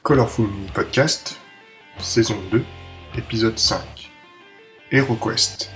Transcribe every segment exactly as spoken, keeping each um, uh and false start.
Colorful Podcast, saison deux, épisode cinq, HeroQuest.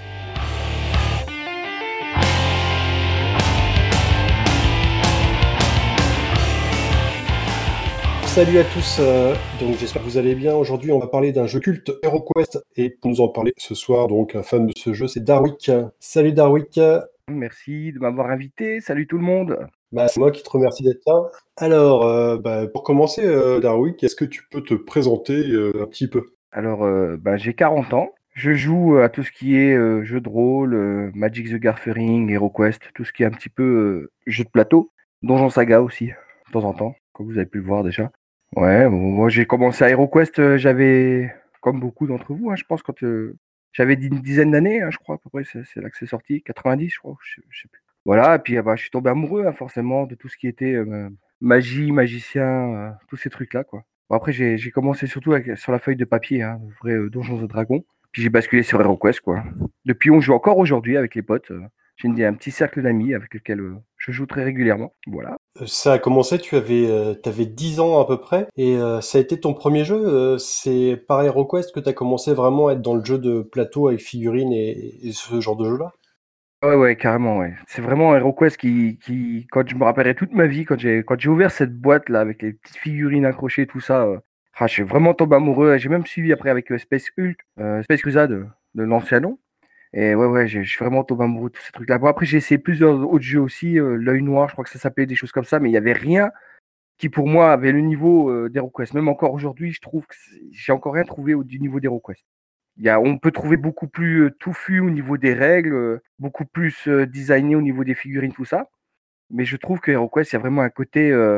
Salut à tous, euh, donc j'espère que vous allez bien. Aujourd'hui on va parler d'un jeu culte, HeroQuest, et pour nous en parler ce soir, donc un fan de ce jeu, c'est Darwick. Salut Darwick. Merci de m'avoir invité, salut tout le monde. Bah, c'est moi qui te remercie d'être là. Alors, euh, bah, pour commencer, euh, Darwick, est-ce que tu peux te présenter euh, un petit peu? Alors, euh, bah, j'ai quarante ans, je joue à tout ce qui est euh, jeu de rôle, euh, Magic the Gathering, HeroQuest, tout ce qui est un petit peu euh, jeu de plateau, Donjon Saga aussi, de temps en temps, comme vous avez pu le voir déjà. Ouais, bon, moi j'ai commencé à HeroQuest, euh, j'avais, comme beaucoup d'entre vous, hein, je pense, quand euh, j'avais une dizaine d'années, hein, je crois, à peu près, c'est, c'est là que c'est sorti, quatre-vingt-dix, je crois, je sais, je sais plus. Voilà, et puis ah bah, je suis tombé amoureux, hein, forcément, de tout ce qui était euh, magie, magicien, euh, tous ces trucs-là, quoi. Bon, après, j'ai, j'ai commencé surtout avec, sur la feuille de papier, hein, le vrai euh, Donjons et Dragons. Puis j'ai basculé sur HeroQuest, quoi. Depuis, on joue encore aujourd'hui avec les potes. euh, J'ai une- un petit cercle d'amis avec lequel euh, je joue très régulièrement. Voilà. Euh, Ça a commencé, tu avais, euh, t'avais dix ans à peu près, et euh, ça a été ton premier jeu. Euh, c'est par HeroQuest que tu as commencé vraiment à être dans le jeu de plateau avec figurines et, et ce genre de jeu-là? Ouais, ouais, carrément, ouais. C'est vraiment HeroQuest qui, qui, quand je me rappellerai toute ma vie, quand j'ai, quand j'ai ouvert cette boîte là avec les petites figurines accrochées, tout ça, euh, ah, je suis vraiment tombé amoureux. J'ai même suivi après avec euh, Space Hulk, euh, Space Crusade euh, de l'ancien nom. Et ouais, ouais, j'ai- je suis vraiment tombé amoureux de tous ces trucs-là. Bon, après, j'ai essayé plusieurs autres jeux aussi, euh, L'œil noir, je crois que ça s'appelait des choses comme ça, mais il y avait rien qui pour moi avait le niveau euh, d'HeroQuest. Même encore aujourd'hui, je trouve que c'est- j'ai encore rien trouvé au, du niveau d'HeroQuest. Il y a, on peut trouver beaucoup plus euh, touffu au niveau des règles, euh, beaucoup plus euh, designé au niveau des figurines, tout ça. Mais je trouve que HeroQuest, il y a vraiment un côté, euh,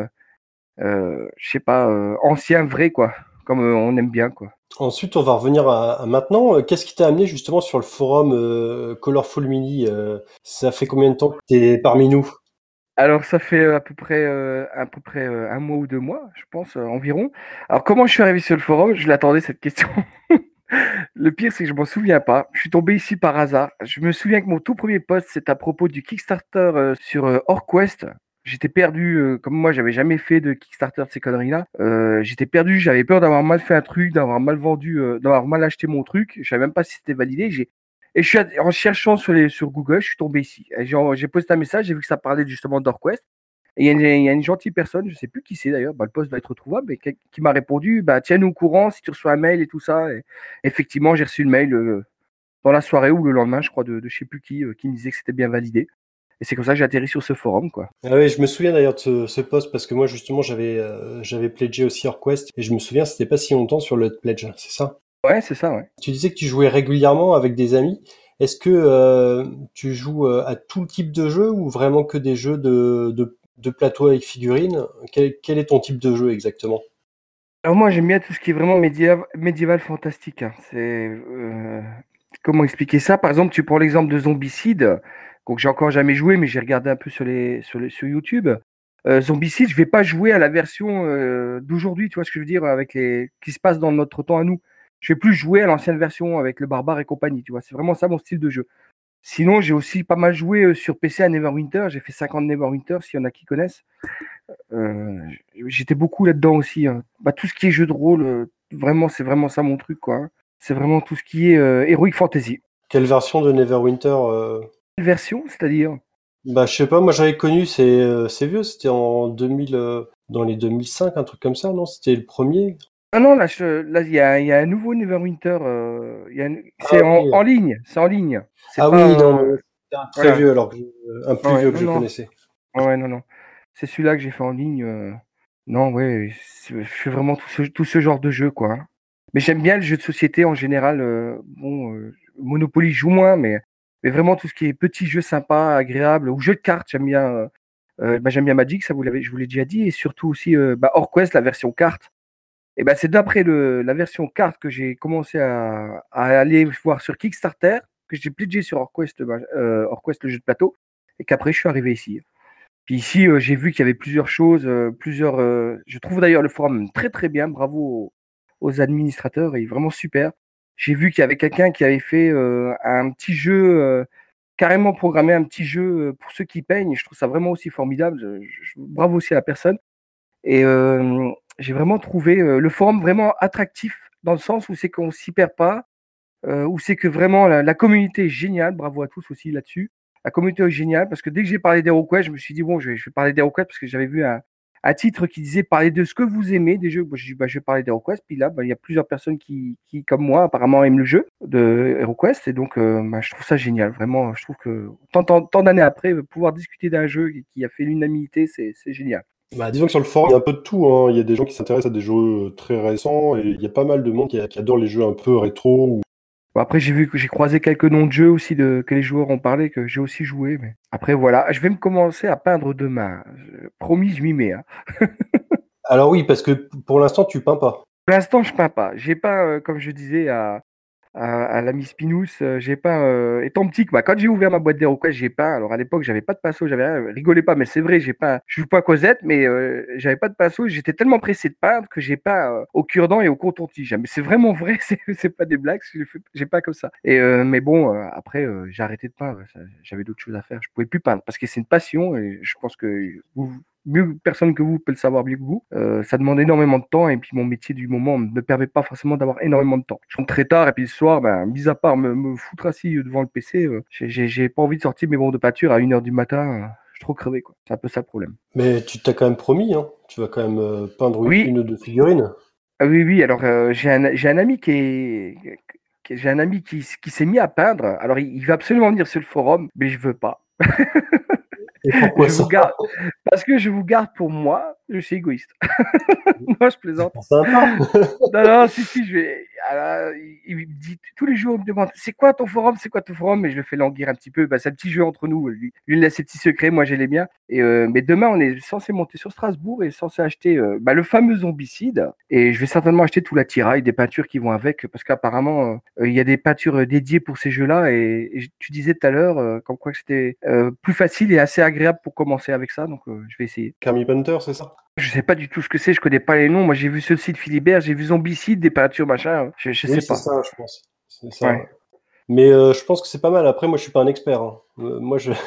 euh, je sais pas, euh, ancien, vrai, quoi. Comme euh, on aime bien, quoi. Ensuite, on va revenir à, à maintenant. Euh, Qu'est-ce qui t'a amené justement sur le forum euh, Colorful Mini? Euh, ça fait combien de temps que t'es parmi nous? Alors, ça fait euh, à peu près, euh, à peu près euh, un mois ou deux mois, je pense, euh, environ. Alors, comment je suis arrivé sur le forum? Je l'attendais, cette question. Le pire, c'est que je m'en souviens pas. Je suis tombé ici par hasard. Je me souviens que mon tout premier post, c'est à propos du Kickstarter euh, sur euh, HorQuest. J'étais perdu, euh, comme moi, j'avais jamais fait de Kickstarter de ces conneries-là. Euh, j'étais perdu, j'avais peur d'avoir mal fait un truc, d'avoir mal vendu, euh, d'avoir mal acheté mon truc. Je savais même pas si c'était validé. J'ai... Et je suis allé- en cherchant sur, les, sur Google, je suis tombé ici. Et J'ai, j'ai posté un message, j'ai vu que ça parlait justement d'HorQuest. Et il y, a une il y a une gentille personne, je sais plus qui c'est d'ailleurs, bah, le poste va être retrouvable, mais qui, qui m'a répondu, bah, tiens-nous au courant si tu reçois un mail et tout ça. Et effectivement, j'ai reçu le mail euh, dans la soirée ou le lendemain, je crois, de, de je sais plus qui, euh, qui me disait que c'était bien validé. Et c'est comme ça que j'ai atterri sur ce forum, quoi. Ah oui, je me souviens d'ailleurs de ce, ce post parce que moi justement j'avais euh, j'avais pledgé aussi HorQuest et je me souviens c'était pas si longtemps sur le pledge, c'est ça? Ouais, c'est ça, ouais. Tu disais que tu jouais régulièrement avec des amis. Est-ce que euh, tu joues euh, à tout type de jeu ou vraiment que des jeux de, de, de plateau avec figurines? Quel, quel est ton type de jeu exactement? Alors moi, j'aime bien tout ce qui est vraiment médiéval, médiéval fantastique, hein. C'est euh, comment expliquer ça? Par exemple, tu prends l'exemple de Zombicide, donc j'ai encore jamais joué, mais j'ai regardé un peu sur les sur les sur YouTube. Euh, Zombicide, je vais pas jouer à la version euh, d'aujourd'hui, tu vois ce que je veux dire, avec les qui se passe dans notre temps à nous. Je vais plus jouer à l'ancienne version avec le barbare et compagnie, tu vois. C'est vraiment ça mon style de jeu. Sinon, j'ai aussi pas mal joué euh, sur P C à Neverwinter. J'ai fait cinquante Neverwinter, s'il y en a qui connaissent. Euh, J'étais beaucoup là-dedans aussi, hein. Bah, tout ce qui est jeu de rôle, euh, vraiment, c'est vraiment ça mon truc, quoi, hein. C'est vraiment tout ce qui est euh, Heroic Fantasy. Quelle version de Neverwinter euh... Quelle version, c'est-à-dire? Bah je sais pas, moi j'avais connu, c'est euh, c'est vieux, c'était en deux mille, euh, dans les deux mille cinq, un truc comme ça, non? C'était le premier? Ah non, là, je- là, il y a, il y a un nouveau Neverwinter. euh, il y a un- Ah c'est en, oui, en ligne, c'est en ligne. C'est ah pas oui, non, un... mais c'était un très Voilà. vieux alors que je- un Ouais, plus ouais. vieux que Non, je non. connaissais. Ouais, ouais, non, non. C'est celui-là que j'ai fait en ligne. euh, Non, ouais, c'est- je fais vraiment tout ce, tout ce genre de jeu, quoi, hein. Mais j'aime bien le jeu de société en général. euh, bon, euh, Monopoly, je joue moins, mais, mais vraiment tout ce qui est petits jeux sympas, agréables, ou jeux de cartes, j'aime bien. euh, euh, bah, j'aime bien Magic, ça vous l'avez, je vous l'ai déjà dit, et surtout aussi euh, bah, HorQuest, la version carte. Et ben c'est d'après le, la version carte que j'ai commencé à, à aller voir sur Kickstarter, que j'ai pledgé sur HorQuest, bah, euh, HorQuest le jeu de plateau, et qu'après je suis arrivé ici. Puis ici, euh, j'ai vu qu'il y avait plusieurs choses, euh, plusieurs. euh, je trouve d'ailleurs le forum très très bien. Bravo aux, aux administrateurs, il est vraiment super. J'ai vu qu'il y avait quelqu'un qui avait fait euh, un petit jeu, euh, carrément programmé un petit jeu euh, pour ceux qui peignent. Je trouve ça vraiment aussi formidable. Je- je- bravo aussi à la personne. Et, euh, J'ai vraiment trouvé euh, le forum vraiment attractif dans le sens où c'est qu'on s'y perd pas, euh, où c'est que vraiment la, la communauté est géniale. Bravo à tous aussi là-dessus. La communauté est géniale parce que dès que j'ai parlé d'HeroQuest, je me suis dit bon, je vais, je vais parler d'HeroQuest parce que j'avais vu un, un titre qui disait parler de ce que vous aimez des jeux. Moi, je dis bah, je vais parler d'HeroQuest. Puis là, bah, il y a plusieurs personnes qui, qui, comme moi, apparemment aiment le jeu de HeroQuest et donc euh, bah, je trouve ça génial. Vraiment, je trouve que tant, tant, tant d'années après, pouvoir discuter d'un jeu qui a fait l'unanimité, c'est, c'est génial. Bah, disons que sur le forum, il y a un peu de tout, hein. Il y a des gens qui s'intéressent à des jeux très récents et il y a pas mal de monde qui, qui adore les jeux un peu rétro. Ou... Bon, après, j'ai vu que j'ai croisé quelques noms de jeux aussi de, que les joueurs ont parlé, que j'ai aussi joué. Mais après, voilà, je vais me commencer à peindre demain. Je- promis, je m'y mets. Hein. Alors oui, parce que pour l'instant, tu peins pas. Pour l'instant, je peins pas. J'ai pas, euh, comme je disais à, à, à l'ami Spinous, euh, j'ai peint. Euh, étant petit, bah, quand j'ai ouvert ma boîte d'HeroQuest, j'ai peint. Alors à l'époque, j'avais pas de pinceau, j'avais rien. Rigolez pas, mais c'est vrai, j'ai peint. Je joue pas à Cosette, mais euh, j'avais pas de pinceau. J'étais tellement pressé de peindre que j'ai peint euh, au cure-dent et au coton-tige. Mais c'est vraiment vrai, c'est, c'est pas des blagues. J'ai, fait- j'ai peint comme ça. Et euh, mais bon, euh, après, euh, j'ai arrêté de peindre. Ça- j'avais d'autres choses à faire. Je pouvais plus peindre parce que c'est une passion et je pense que vous, mieux personne que vous peut le savoir mieux que vous. Euh, ça demande énormément de temps et puis mon métier du moment ne me permet pas forcément d'avoir énormément de temps. Je rentre très tard et puis le soir, ben, mis à part me, me foutre assis devant le P C, euh, j'ai, j'ai, j'ai pas envie de sortir mes bonds de peinture à une heure du matin. euh, je suis trop crevé, quoi. C'est un peu ça le problème. Mais tu t'as quand même promis, hein. Tu vas quand même euh, peindre une, Oui, une ou deux figurines. ah oui, oui. Alors euh, j'ai un, j'ai un ami qui est, qui- j'ai un ami qui, qui s'est mis à peindre. Alors il, il veut absolument venir sur le forum, mais je veux pas. Et pourquoi Je ça? vous garde parce que je vous garde pour moi. Je suis égoïste. Non, je plaisante. C'est sympa. Non, non, si, si, je vais. Alors, il, il me dit tous les jours, il me demande c'est quoi ton forum, c'est quoi ton forum, et je le fais languir un petit peu. Bah, c'est un petit jeu entre nous. Lui, lui il a ses petits secrets, moi j'ai les miens. Et euh, mais demain, on est censé monter sur Strasbourg et censé acheter euh, bah, le fameux zombicide. Et je vais certainement acheter tout l'attirail, des peintures qui vont avec, parce qu'apparemment, euh, il y a des peintures euh, dédiées pour ces jeux-là. Et, et tu disais tout à l'heure, euh, comme quoi que c'était euh, plus facile et assez agréable pour commencer avec ça. Donc, euh, je vais essayer. Carmi Punter, c'est ça? Je sais pas du tout ce que c'est, je connais pas les noms. Moi, j'ai vu ceux-ci de Philibert, j'ai vu Zombicide, des peintures, machin. Je, je Oui, sais c'est pas. ça, je pense. C'est ça, ouais. Ouais. Mais euh, je pense que c'est pas mal. Après, moi, je suis pas un expert, hein. Euh, moi, je...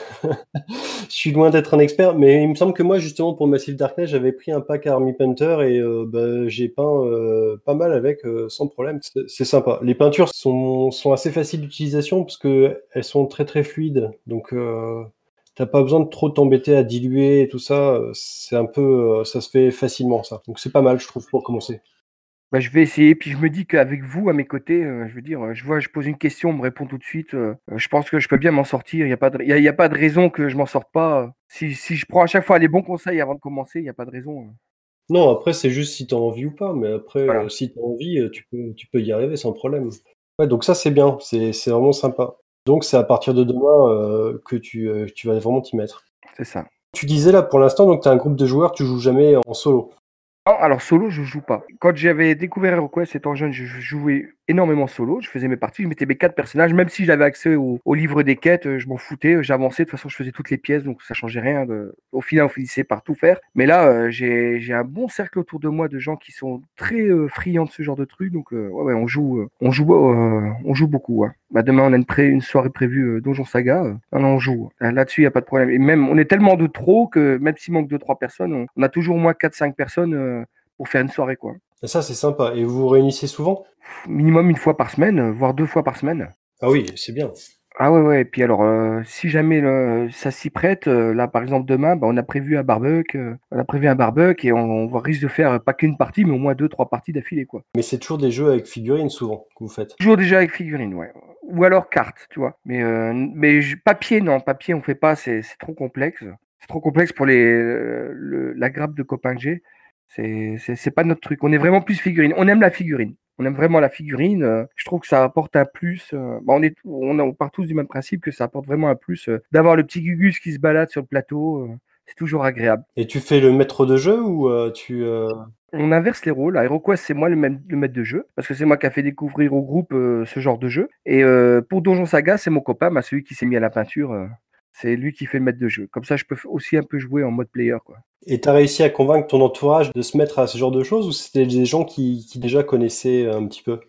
je suis loin d'être un expert, mais il me semble que moi, justement, pour Massive Darkness, j'avais pris un pack Army Painter et euh, bah, j'ai peint euh, pas mal avec, euh, sans problème. C'est c'est sympa. Les peintures sont, sont assez faciles d'utilisation parce que elles sont très très fluides. Donc, euh, t'as pas besoin de trop t'embêter à diluer et tout ça. C'est un peu, euh, ça se fait facilement, ça. Donc, c'est pas mal, je trouve, pour commencer. Bah, je vais essayer. Puis je me dis qu'avec vous à mes côtés, euh, je veux dire, euh, je vois, je pose une question, on me répond tout de suite. euh, euh, je pense que je peux bien m'en sortir. Il n'y a pas de, il y a, il y a pas de raison que je m'en sorte pas. euh. Si, si je prends à chaque fois les bons conseils avant de commencer, il n'y a pas de raison. euh. Non, après, c'est juste si t'as envie ou pas, mais après, euh, Voilà. si t'as envie, euh, tu peux, tu peux y arriver sans problème. Ouais, donc ça, c'est bien, c'est, c'est vraiment sympa. Donc, c'est à partir de demain euh, que tu, euh, tu vas vraiment t'y mettre. C'est ça. Tu disais là, pour l'instant, donc t'as un groupe de joueurs, tu joues jamais en solo. Non, alors solo, je joue pas. Quand j'avais découvert HeroQuest étant jeune, je jouais énormément solo. Je faisais mes parties, je mettais mes quatre personnages, même si j'avais accès au, au livre des quêtes, euh, je m'en foutais, euh, j'avançais. De toute façon, je faisais toutes les pièces, donc ça changeait rien. De... Au final, on finissait par tout faire. Mais là, euh, j'ai j'ai un bon cercle autour de moi de gens qui sont très euh, friands de ce genre de trucs. Donc, euh, ouais, ouais, on joue, euh, on joue, euh, on joue beaucoup. Ouais. Bah, demain, on a une, pré- une soirée prévue euh, Donjon Saga. Euh, non, non, on joue. Là- Là-dessus, il n'y a pas de problème. Et même, on est tellement de trop que même s'il manque deux trois personnes, on, on a toujours au moins quatre cinq personnes. Euh, pour faire une soirée, quoi. Et ça, c'est sympa. Et vous vous réunissez souvent? Minimum une fois par semaine, euh, voire deux fois par semaine. Ah oui, c'est bien. Ah ouais, ouais. Et puis alors, euh, si jamais le- ça s'y prête, euh, là, par exemple, demain, bah, on a prévu un barbecue, euh, on a prévu un barbecue et on, on va risque de faire euh, pas qu'une partie, mais au moins deux, trois parties d'affilée, quoi. Mais c'est toujours des jeux avec figurines, souvent, que vous faites. Toujours déjà avec figurine, ouais. Ou alors carte, tu vois. Mais, euh, mais je- papier, non, papier, on fait pas, c'est c'est trop complexe. C'est trop complexe pour les, euh, le- la grappe de copains que j'ai. C'est c'est- c'est pas notre truc. On est vraiment plus figurine. On aime la figurine. On aime vraiment la figurine. euh, Je trouve que ça apporte un plus. euh, bah, on est, on, on part tous du même principe que ça apporte vraiment un plus euh, d'avoir le petit Gugus qui se balade sur le plateau. euh, C'est toujours agréable. Et tu fais le maître de jeu ou euh, tu... euh, On inverse les rôles. À HeroQuest, c'est moi le, même- le maître de jeu, parce que c'est moi qui a fait découvrir au groupe euh, ce genre de jeu. Et euh, pour Donjon Saga, c'est mon copain, bah, celui qui s'est mis à la peinture. euh, c'est lui qui fait le maître de jeu. Comme ça, je peux f- aussi un peu jouer en mode player, quoi. Et t'as réussi à convaincre ton entourage de se mettre à ce genre de choses ou c'était des gens qui, qui déjà connaissaient un petit peu?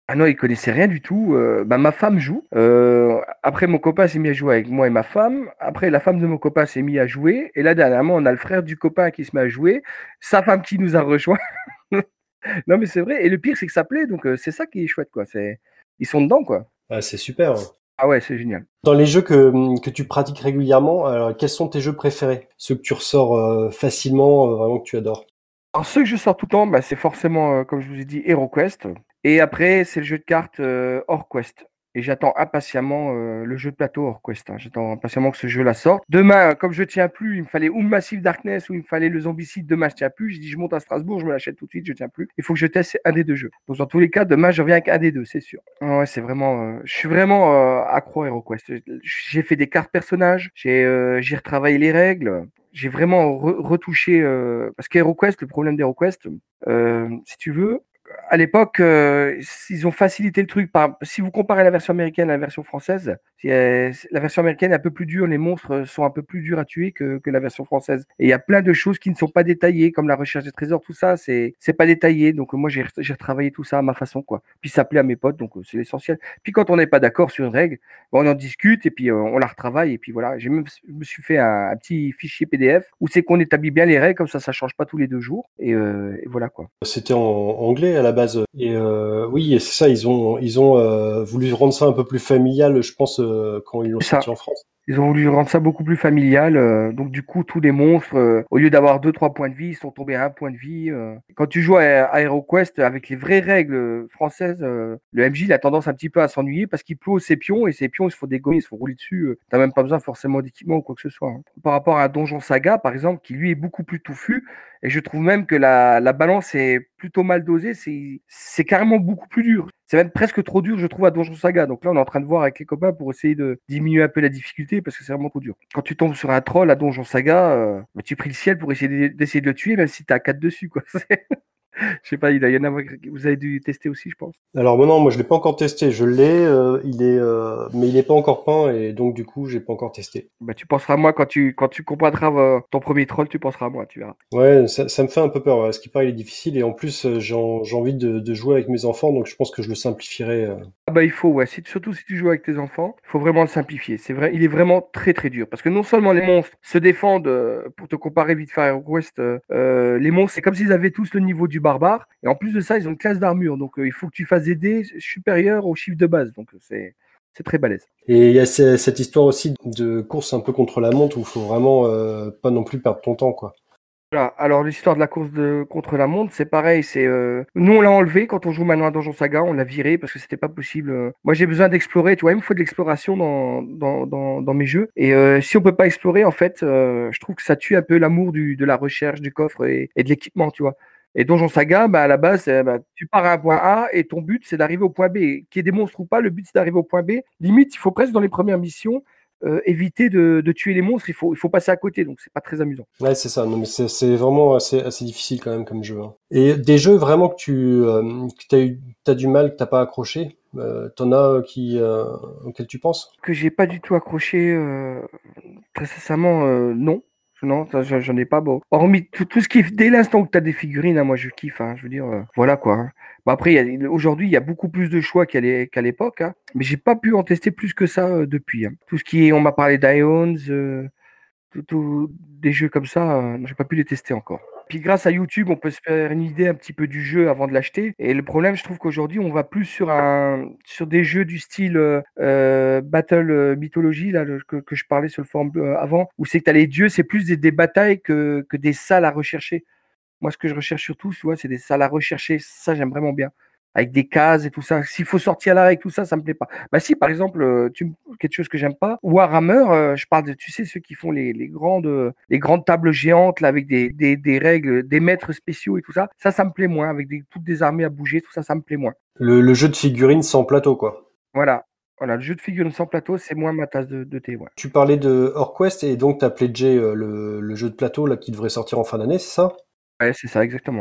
Ah non, il connaissait rien du tout. Euh, bah, ma femme joue. Euh, après, mon copain s'est mis à jouer avec moi et ma femme. Après, la femme de mon copain s'est mis à jouer. Et là, dernièrement, on a le frère du copain qui se met à jouer. Sa femme qui nous a rejoint. Non, mais c'est vrai. Et le pire, c'est que ça plaît. Donc, euh, c'est ça qui est chouette, quoi. C'est... Ils sont dedans, quoi. Ah, c'est super. Ah ouais, c'est génial. Dans les jeux que, que tu pratiques régulièrement, alors, quels sont tes jeux préférés? Ceux que tu ressors euh, facilement, euh, vraiment que tu adores? Alors, ceux que je sors tout le temps, bah, c'est forcément, euh, comme je vous ai dit, HeroQuest. Et après, c'est le jeu de cartes euh, HorQuest. Et j'attends impatiemment euh, le jeu de plateau HorQuest. Hein. J'attends impatiemment que ce jeu-là sorte. Demain, comme je tiens plus, il me fallait ou Massive Darkness ou il me fallait le Zombicide. Demain, je tiens plus. Je dis, je monte à Strasbourg, je me l'achète tout de suite, je tiens plus. Il faut que je teste un des deux jeux. Donc, dans tous les cas, demain, je reviens avec un des deux, c'est sûr. Ah ouais, c'est vraiment. euh, je suis vraiment euh, accro à HeroQuest. J'ai fait des cartes personnages, j'ai euh, j'ai retravaillé les règles. J'ai vraiment re- retouché. euh, parce qu'HeroQuest, le problème d'HeroQuest, euh, si tu veux, à l'époque, euh, ils ont facilité le truc. Par... Si vous comparez la version américaine à la version française, c'est, euh, la version américaine est un peu plus dure, les monstres sont un peu plus durs à tuer que, que la version française. Et il y a plein de choses qui ne sont pas détaillées, comme la recherche des trésors, tout ça, c'est, c'est pas détaillé. Donc moi, j'ai, j'ai retravaillé tout ça à ma façon, quoi. Puis ça plaît à mes potes, donc euh, c'est l'essentiel. Puis quand on n'est pas d'accord sur une règle, bon, on en discute et puis euh, on la retravaille. Et puis voilà, j'ai même, je me suis fait un, un petit fichier P D F où c'est qu'on établit bien les règles, comme ça, ça change pas tous les deux jours. Et, euh, et voilà, quoi. C'était en anglais à la base. Et euh, oui, et c'est ça, ils ont, ils ont euh, voulu rendre ça un peu plus familial, je pense, euh, quand ils l'ont C'est ça. sorti en France. Ils ont voulu rendre ça beaucoup plus familial. euh, donc, du coup, tous les monstres, euh, au lieu d'avoir deux trois points de vie, ils sont tombés à un point de vie. euh. Quand tu joues à, à HeroQuest avec les vraies règles françaises, euh, le M J il a tendance un petit peu à s'ennuyer parce qu'il pose ses pions et ses pions, ils se font dégommer, ils se font rouler dessus. euh. T'as même pas besoin forcément d'équipement ou quoi que ce soit. Hein. Par rapport à un Donjon Saga, par exemple, qui lui est beaucoup plus touffu, et je trouve même que la, la balance est plutôt mal dosée. C'est, c'est carrément beaucoup plus dur. C'est même presque trop dur, je trouve, à Donjon Saga. Donc là, on est en train de voir avec les copains pour essayer de diminuer un peu la difficulté parce que c'est vraiment trop dur. Quand tu tombes sur un troll à Donjon Saga, euh, bah, tu pries le ciel pour essayer d'essayer de le tuer, même si t'as quatre dessus, quoi. Je sais pas, il y en a, vous avez dû tester aussi, je pense. Alors moi, non, moi je l'ai pas encore testé. Je l'ai, euh, il est, euh, mais il est pas encore peint et donc du coup, j'ai pas encore testé. Bah, tu penseras à moi quand tu, quand tu combattras euh, ton premier troll, tu penseras à moi, tu verras. Ouais, ça, ça me fait un peu peur. Ouais. Ce qui paraît, il est difficile et en plus, euh, j'ai en- j'ai envie de, de jouer avec mes enfants, donc je pense que je le simplifierai. euh. Ah bah il faut, ouais, si- surtout si tu joues avec tes enfants, il faut vraiment le simplifier. C'est vrai, il est vraiment très très dur. Parce que non seulement les monstres se défendent, euh, pour te comparer vite fait à HeroQuest, euh, euh, les monstres, c'est comme s'ils avaient tous le niveau du barbare. Et en plus de ça, ils ont une classe d'armure. Donc euh, il faut que tu fasses des dés supérieurs au chiffre de base. Donc euh, c'est c'est très balèze. Et il y a ce- cette histoire aussi de course un peu contre la montre où il faut vraiment euh, pas non plus perdre ton temps, quoi. Voilà. Alors l'histoire de la course de contre la montre, c'est pareil. C'est euh, nous on l'a enlevé quand on joue maintenant à Donjon Saga, on l'a viré parce que c'était pas possible. euh. Moi j'ai besoin d'explorer, tu vois, il me faut de l'exploration dans, dans, dans, dans mes jeux. Et euh, si on peut pas explorer, en fait, euh, je trouve que ça tue un peu l'amour du de la recherche du coffre et, et de l'équipement, tu vois. Et Donjon Saga, bah, à la base, euh, bah, tu pars à un point A et ton but c'est d'arriver au point B. Qu'il y ait des monstres ou pas, le but c'est d'arriver au point B. Limite, il faut presque dans les premières missions euh, éviter de, de tuer les monstres. Il faut, il faut passer à côté, donc c'est pas très amusant. Ouais, c'est ça. Non, mais c'est c'est vraiment assez, assez difficile quand même comme jeu. Hein. Et des jeux vraiment que tu euh, que t'as eu, t'as du mal, que t'as pas accroché, euh, t'en as qui euh, auxquels tu penses? Que j'ai pas du tout accroché, euh, très sincèrement, euh, non. Non, ça, j'en j'en ai pas. Bon. Hormis tout, tout ce qui est, dès l'instant où tu as des figurines, hein, moi je kiffe. Hein, je veux dire, euh, voilà quoi. Hein. Bon, après, il y a- aujourd'hui, il y a beaucoup plus de choix qu'à l'é- qu'à l'époque. Hein, mais j'ai pas pu en tester plus que ça euh, depuis. Hein. Tout ce qui est, on m'a parlé d'Ions, euh, tout, tout- des jeux comme ça, euh, j'ai pas pu les tester encore. Puis grâce à YouTube, on peut se faire une idée un petit peu du jeu avant de l'acheter. Et le problème, je trouve qu'aujourd'hui, on va plus sur un sur des jeux du style euh, euh, Battle euh, Mythology là, le- que, que je parlais sur le forum euh, avant, où c'est que t'as les dieux, c'est plus des, des batailles que, que des salles à rechercher. Moi, ce que je recherche surtout, tu vois, c'est des salles à rechercher. Ça, j'aime vraiment bien. Avec des cases et tout ça. S'il faut sortir là avec tout ça, ça me plaît pas. Bah si, par exemple, euh, tu, me- quelque chose que j'aime pas, Warhammer, euh, je parle de, tu sais, ceux qui font les, les grandes, euh, les grandes tables géantes là avec des, des, des règles, des maîtres spéciaux et tout ça. Ça, ça me plaît moins. Avec des, toutes des armées à bouger, tout ça, ça me plaît moins. Le, le jeu de figurines sans plateau, quoi. Voilà. Voilà, le jeu de figurines sans plateau, c'est moins ma tasse de, de thé. Ouais. Tu parlais de HorQuest et donc t'as pledgé euh, le, le jeu de plateau là qui devrait sortir en fin d'année, c'est ça? Ouais, c'est ça, exactement. Ouais.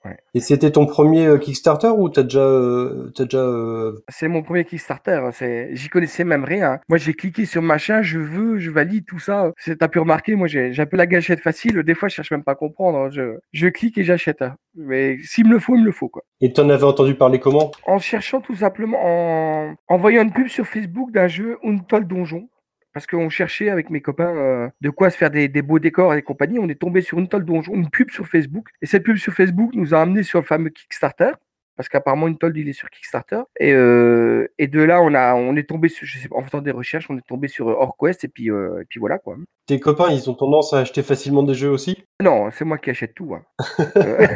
Ouais. Et c'était ton premier euh, Kickstarter ou t'as déjà, euh, t'as déjà euh, C'est mon premier Kickstarter. hein, C'est... J'y connaissais même rien. Moi, j'ai cliqué sur machin, je veux, je valide, tout ça. C'est... T'as pu remarquer, moi, j'ai... j'ai un peu la gâchette facile. Des fois, je cherche même pas à comprendre. hein. Je, je clique et j'achète. hein. Mais s'il me le faut, il me le faut, quoi. Et t'en avais entendu parler comment? En cherchant tout simplement, en, en voyant une pub sur Facebook d'un jeu Untold Donjon. Parce qu'on cherchait avec mes copains euh, de quoi se faire des, des beaux décors et compagnie. On est tombé sur Untold Donjon, une pub sur Facebook. Et cette pub sur Facebook nous a amené sur le fameux Kickstarter. Parce qu'apparemment Untold il est sur Kickstarter. Et, euh, et de là, on, a, on est tombé sur, je sais pas, en faisant des recherches, on est tombé sur HorrorQuest et puis, euh, et puis voilà quoi. Tes copains, ils ont tendance à acheter facilement des jeux aussi? Non, c'est moi qui achète tout. hein. Euh,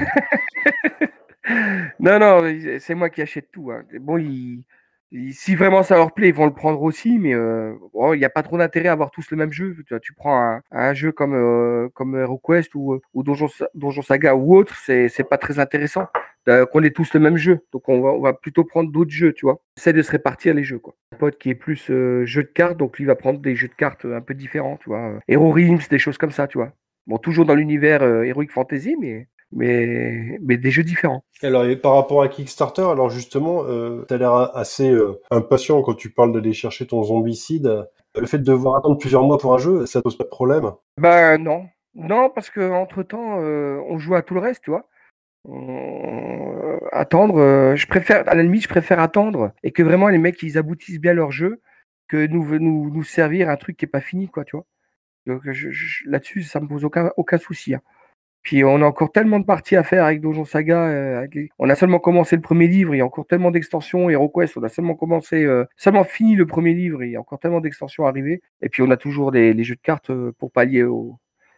Non, non, c'est moi qui achète tout. hein. Bon, ils- ils- si vraiment ça leur plaît, ils vont le prendre aussi, mais euh, bon, il n'y a pas trop d'intérêt à avoir tous le même jeu. Tu, vois, tu prends un, un jeu comme, euh, comme HeroQuest ou, ou Donjon, Sa- Donjon Saga ou autre, c'est c'est pas très intéressant euh, qu'on ait tous le même jeu. Donc on va, on va plutôt prendre d'autres jeux, tu vois. Essayer de se répartir les jeux, quoi. Un pote qui est plus euh, jeu de cartes, donc lui va prendre des jeux de cartes un peu différents, tu vois. Hero Realms, des choses comme ça, tu vois. Bon, toujours dans l'univers euh, Heroic Fantasy, mais, mais, mais des jeux différents. Alors, et par rapport à Kickstarter, alors justement, euh, t'as l'air a- assez euh, impatient quand tu parles d'aller chercher ton zombicide. Le fait de devoir attendre plusieurs mois pour un jeu, ça pose pas de problème? Ben non, non, parce que entre temps, on joue à tout le reste, tu vois. On- Attendre, euh, je préfère, à la limite, je préfère attendre et que vraiment les mecs ils aboutissent bien leur jeu que nous nous, nous servir un truc qui est pas fini, quoi, tu vois. Donc je- je- là-dessus, ça me pose aucun aucun souci. hein. Puis on a encore tellement de parties à faire avec Donjon Saga. euh, avec les- On a seulement commencé le premier livre, il y a encore tellement d'extensions. HeroQuest, on a seulement commencé, euh, seulement fini le premier livre, il y a encore tellement d'extensions à arriver. Et puis on a toujours des, les jeux de cartes euh, pour pallier au,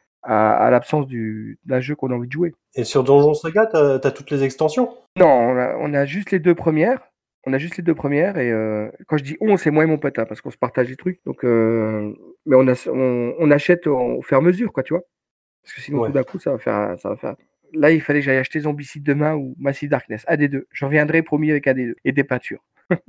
à, à l'absence du, d'un jeu qu'on a envie de jouer. Et sur Donjon Saga, t'as, t'as toutes les extensions? Non, on a, on a juste les deux premières. On a juste les deux premières. Et euh, quand je dis on, c'est moi et mon pote, hein, parce qu'on se partage les trucs. Donc, euh, mais on, a, on, on achète au, au fur et à mesure, quoi, tu vois. Parce que sinon, Ouais. tout d'un coup, ça va faire, ça va faire. Là, il fallait que j'aille acheter Zombicide demain ou Massive Darkness. Un des deux. Je reviendrai promis avec un des deux. Et des peintures.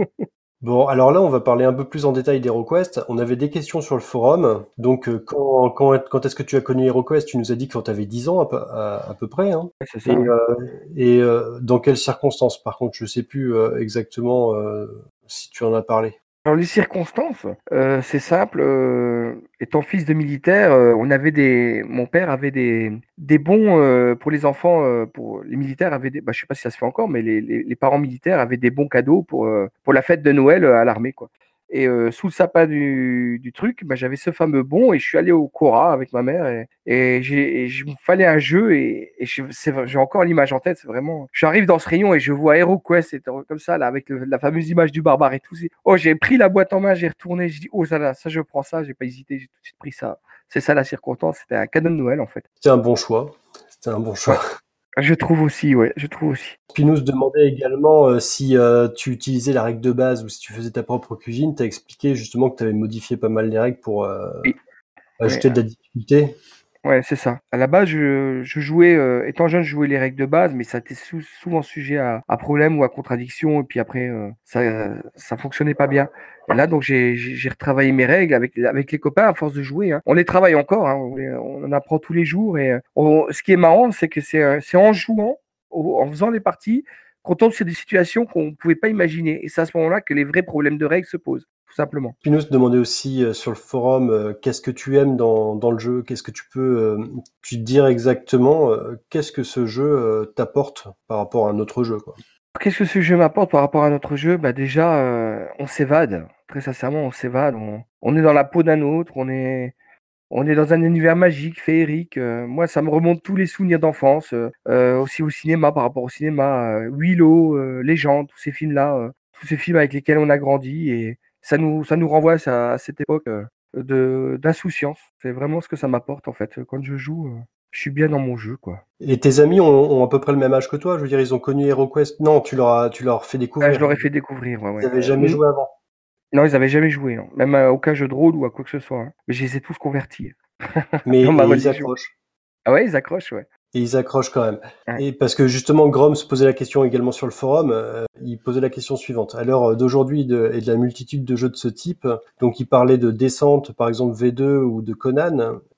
Bon, alors là, on va parler un peu plus en détail d'HeroQuest. On avait des questions sur le forum. Donc, euh, quand, quand, quand est-ce que tu as connu HeroQuest? Tu nous as dit que quand tu avais dix ans à, peu- à, à peu près. Hein. Ouais, c'est Et, ça. ouais. euh, et euh, dans quelles circonstances? Par contre, je sais plus euh, exactement euh, si tu en as parlé. Alors, les circonstances, euh, c'est simple. euh, étant fils de militaire, euh, on avait des. Mon père avait des, des bons euh, pour les enfants. euh, pour les militaires avaient des. Bah, je sais pas si ça se fait encore, mais les, les, les parents militaires avaient des bons cadeaux pour euh, pour la fête de Noël euh, à l'armée, quoi. Et euh, sous le sapin du, du truc, bah, j'avais ce fameux bon et je suis allé au Cora avec ma mère et, et j'ai, et je me fallait un jeu et, et je- c'est vrai, j'ai encore l'image en tête. C'est vraiment. J'arrive dans ce rayon et je vois HeroQuest et comme ça là avec le- la fameuse image du barbare et tout. c'est- Oh, j'ai pris la boîte en main, j'ai retourné, j'ai dit oh ça là, ça je prends ça, j'ai pas hésité, j'ai tout de suite pris ça. C'est ça la circonstance. C'était un cadeau de Noël en fait. C'était un bon choix. C'était un bon choix. Je trouve aussi, ouais, je trouve aussi. Pinous demandait également euh, si euh, tu utilisais la règle de base ou si tu faisais ta propre cuisine. Tu as expliqué justement que tu avais modifié pas mal les règles pour euh, Oui. ajouter Ouais. de la difficulté. Ouais, c'est ça. À la base, je, je jouais, euh, étant jeune, je jouais les règles de base, mais ça était sou- souvent sujet à, à problème ou à contradiction. Et puis après, euh, ça, ça fonctionnait pas bien. Et là, donc, j'ai, j'ai j'ai retravaillé mes règles avec, avec les copains à force de jouer. hein. On les travaille encore, hein, on, les- on en apprend tous les jours. Et euh, on- ce qui est marrant, c'est que c'est euh, c'est en jouant, au- en faisant les parties, qu'on tombe sur des situations qu'on ne pouvait pas imaginer. Et c'est à ce moment-là que les vrais problèmes de règles se posent, tout simplement. Pinous demandait aussi euh, sur le forum euh, qu'est-ce que tu aimes dans, dans le jeu, qu'est-ce que tu peux euh, tu dire exactement, euh, qu'est-ce que ce jeu euh, t'apporte par rapport à un autre jeu, quoi. Qu'est-ce que ce jeu m'apporte par rapport à notre jeu? Bah déjà, euh, on s'évade. Très sincèrement, on s'évade. On, on est dans la peau d'un autre. On est, on est dans un univers magique, féerique. euh, moi, ça me remonte tous les souvenirs d'enfance. euh, euh, aussi au cinéma, par rapport au cinéma. euh, Willow, euh, Légende, tous ces films-là. euh, tous ces films avec lesquels on a grandi. Et ça nous, ça nous renvoie à, ça- à cette époque euh, de, d'insouciance. C'est vraiment ce que ça m'apporte, en fait. Quand je joue, euh, je suis bien dans mon jeu, quoi. Et tes amis ont, ont à peu près le même âge que toi, je veux dire, ils ont connu HeroQuest. Non, tu leur as, tu leur fait Ah, découvrir. je leur ai fait découvrir, ouais, Ils ouais. n'avaient jamais Mm. joué avant. Non, ils avaient jamais joué, non. Même à aucun jeu de rôle ou à quoi que ce soit. hein. Mais je les ai tous convertis Mais dans ma et ils religion. accrochent. Ah ouais, ils accrochent, ouais. Et ils accrochent quand même. Ouais. Et parce que justement, Grom se posait la question également sur le forum, euh, il posait la question suivante. À l'heure d'aujourd'hui de, et de la multitude de jeux de ce type, donc il parlait de Descent, par exemple V deux ou de Conan,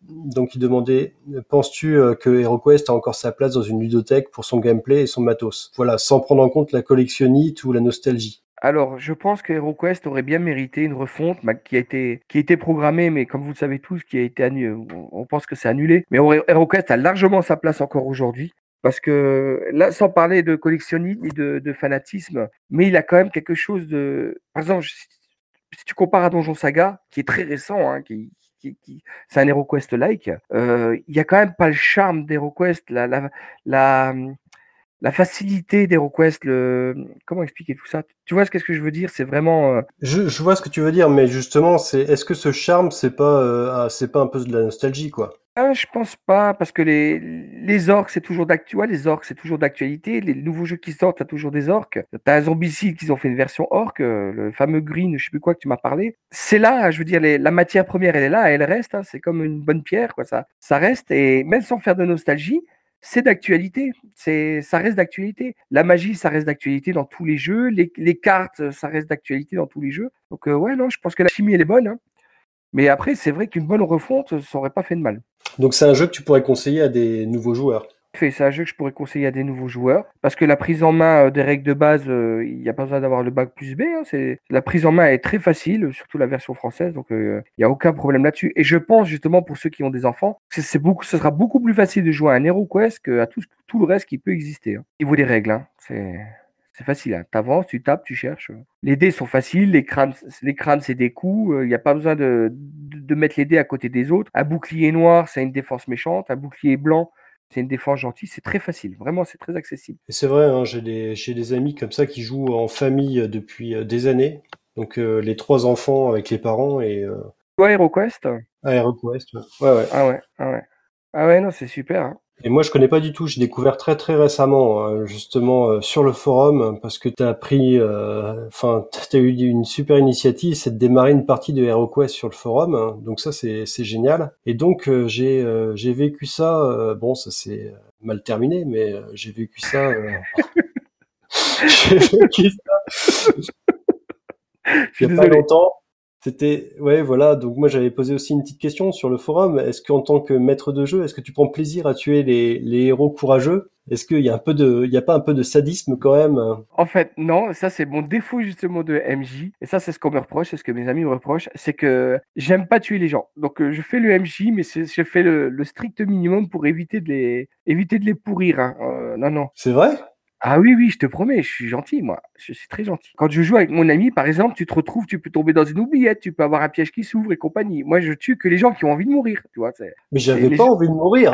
donc il demandait « Penses-tu euh, que HeroQuest a encore sa place dans une ludothèque pour son gameplay et son matos ?» Voilà, sans prendre en compte la collectionnite ou la nostalgie. Alors, je pense que HeroQuest aurait bien mérité une refonte bah, qui a été qui a été programmée, mais comme vous le savez tous, qui a été annulée. On, on pense que c'est annulé, mais Hero- HeroQuest a largement sa place encore aujourd'hui. Parce que là, sans parler de collectionnisme ni de, de fanatisme, mais il a quand même quelque chose de. Par exemple, si, si tu compares à Donjon Saga, qui est très récent, hein, qui, qui, qui- c'est un HeroQuest-like, euh, il y a quand même pas le charme d'HeroQuest, la, la, la, la facilité d'HeroQuest, le comment expliquer tout ça? Tu vois ce qu'est-ce que je veux dire? C'est vraiment, heu Je, je vois ce que tu veux dire, mais justement, c'est est-ce que ce charme, c'est pas, euh, ah, c'est pas un peu de la nostalgie, quoi? ah, je pense pas parce que les les orques, c'est toujours d'actu ouais, les orques, c'est toujours d'actualité. Les nouveaux jeux qui sortent, tu toujours des orques. Tu as Zombicide qu'ils ont fait une version orque, heu, le fameux Green, je sais plus quoi que tu m'as parlé. C'est là, je veux dire les la matière première, elle est là, elle reste, hein, c'est comme une bonne pierre, quoi, ça ça reste et même sans faire de nostalgie, c'est d'actualité. C'est ça reste d'actualité. La magie, ça reste d'actualité dans tous les jeux. Les les cartes, ça reste d'actualité dans tous les jeux. Donc, heu, ouais, non, je pense que la chimie, elle est bonne, hein. Mais après, c'est vrai qu'une bonne refonte, ça aurait pas fait de mal. Donc c'est un jeu que tu pourrais conseiller à des nouveaux joueurs. Fait, c'est un jeu que je pourrais conseiller à des nouveaux joueurs parce que la prise en main euh, des règles de base, euh, il n'y a pas besoin d'avoir le bac plus B. Hein, c'est la prise en main est très facile, surtout la version française, donc euh, il n'y a aucun problème là-dessus. Et je pense justement pour ceux qui ont des enfants, que c'est beaucoup, ce sera beaucoup plus facile de jouer à un HeroQuest qu'à tout, tout le reste qui peut exister. Hein. Au niveau des règles, hein, c'est c'est facile. Hein. Tu avances, tu tapes, tu cherches. Les dés sont faciles, les crânes, les crânes c'est des coups. Il n'y a pas besoin de, de, de mettre les dés à côté des autres. Un bouclier noir, c'est une défense méchante. Un bouclier blanc, c'est une défense gentille, c'est très facile. Vraiment, c'est très accessible. Et c'est vrai, hein, j'ai des, j'ai des amis comme ça qui jouent en famille euh, depuis euh, des années. Donc euh, les trois enfants avec les parents et euh, Toi, HeroQuest? à HeroQuest. Ouais, ouais. ouais. Ah ouais, ah ouais. Ah ouais, non, c'est super. Hein. Et moi, je connais pas du tout. J'ai découvert très très récemment, hein, justement euh, sur le forum, parce que t'as pris, euh, enfin, t'as eu une super initiative, c'est de démarrer une partie de HeroQuest sur le forum. Hein. Donc ça, c'est c'est génial. Et donc euh, j'ai euh, j'ai vécu ça. Euh, bon, ça s'est euh, mal terminé, mais euh, j'ai vécu ça. Euh, j'ai vécu ça Je il suis y a pas désolé. longtemps. C'était, ouais, voilà. Donc moi, j'avais posé aussi une petite question sur le forum. Est-ce qu'en tant que maître de jeu, est-ce que tu prends plaisir à tuer les, les héros courageux? Est-ce qu'il y a un peu de, il y a pas un peu de sadisme quand même? En fait, non, ça c'est mon défaut justement de M J. Et ça, c'est ce qu'on me reproche, c'est ce que mes amis me reprochent, c'est que j'aime pas tuer les gens. Donc euh, je fais le M J, mais c'est- je fais le, le strict minimum pour éviter de les, éviter de les pourrir. Hein. Euh, non, non. C'est vrai? Ah oui, oui, je te promets, je suis gentil, moi. Je suis très gentil. Quand je joue avec mon ami, par exemple, tu te retrouves, tu peux tomber dans une oubliette, tu peux avoir un piège qui s'ouvre et compagnie. Moi, je tue que les gens qui ont envie de mourir, tu vois. C'est, Mais c'est j'avais les... pas envie de mourir.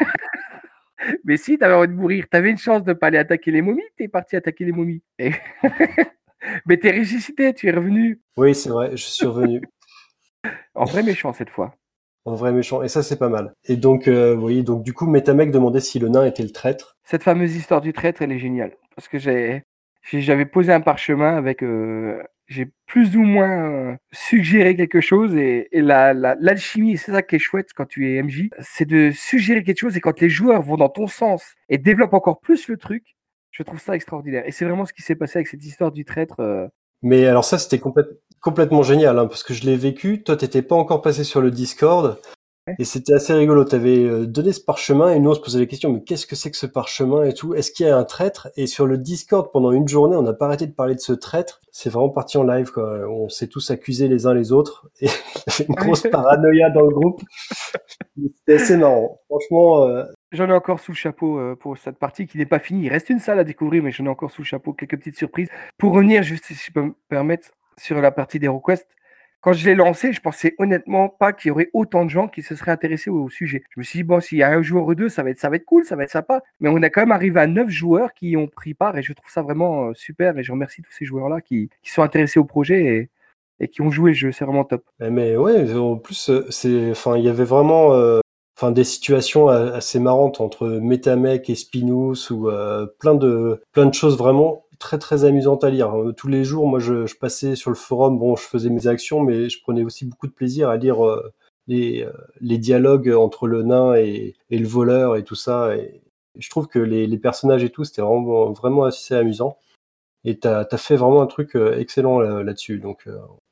Mais si tu avais envie de mourir, tu avais une chance de pas aller attaquer les momies, tu es parti attaquer les momies. Et... Mais t'es ressuscité, tu es revenu. Oui, c'est vrai, je suis revenu. En vrai méchant cette fois. En vrai méchant. Et ça, c'est pas mal. Et donc, euh, oui, donc du coup, Metamec demandait si le nain était le traître. Cette fameuse histoire du traître, elle est géniale. Parce que j'ai, j'ai- j'avais posé un parchemin avec. euh, J'ai plus ou moins euh, suggéré quelque chose et, et la, la- l'alchimie, c'est ça qui est chouette quand tu es M J, c'est de suggérer quelque chose et quand les joueurs vont dans ton sens et développent encore plus le truc, je trouve ça extraordinaire. Et c'est vraiment ce qui s'est passé avec cette histoire du traître. euh. Mais alors ça, c'était complète- complètement génial, hein, parce que je l'ai vécu. Toi, t'étais pas encore passé sur le Discord. Ouais. Et c'était assez rigolo. T'avais euh, donné ce parchemin et nous on se posait la question, mais qu'est-ce que c'est que ce parchemin et tout? Est-ce qu'il y a un traître? Et sur le Discord, pendant une journée, on n'a pas arrêté de parler de ce traître. C'est vraiment parti en live, quoi. On s'est tous accusés les uns les autres. Et il y avait une grosse paranoïa dans le groupe. C'était assez marrant. Franchement, euh, J'en ai encore sous le chapeau euh, pour cette partie qui n'est pas finie. Il reste une salle à découvrir, mais j'en ai encore sous le chapeau quelques petites surprises. Pour revenir, juste si je peux me permettre, sur la partie des requests, quand je l'ai lancé, je pensais honnêtement pas qu'il y aurait autant de gens qui se seraient intéressés au, au sujet. Je me suis dit, bon, s'il y a un joueur ou deux, ça va être, ça va être cool, ça va être sympa. Mais on a quand même arrivé à neuf joueurs qui y ont pris part et je trouve ça vraiment euh, super. Et je remercie tous ces joueurs-là qui, qui sont intéressés au projet et, et qui ont joué le jeu. C'est vraiment top. mais ouais, en plus, euh, c'est, enfin, il y avait vraiment, euh, enfin, des situations a- assez marrantes entre Metamec et Spinous ou euh, plein de, plein de choses vraiment très très amusantes à lire. Euh, Tous les jours, moi, je, je passais sur le forum, bon, je faisais mes actions, mais je prenais aussi beaucoup de plaisir à lire euh, les, euh, les dialogues entre le nain et, et le voleur et tout ça. Et je trouve que les, les personnages et tout, c'était vraiment, vraiment assez amusant. Et t'as, t'as fait vraiment un truc euh, excellent là- là-dessus. Donc, euh,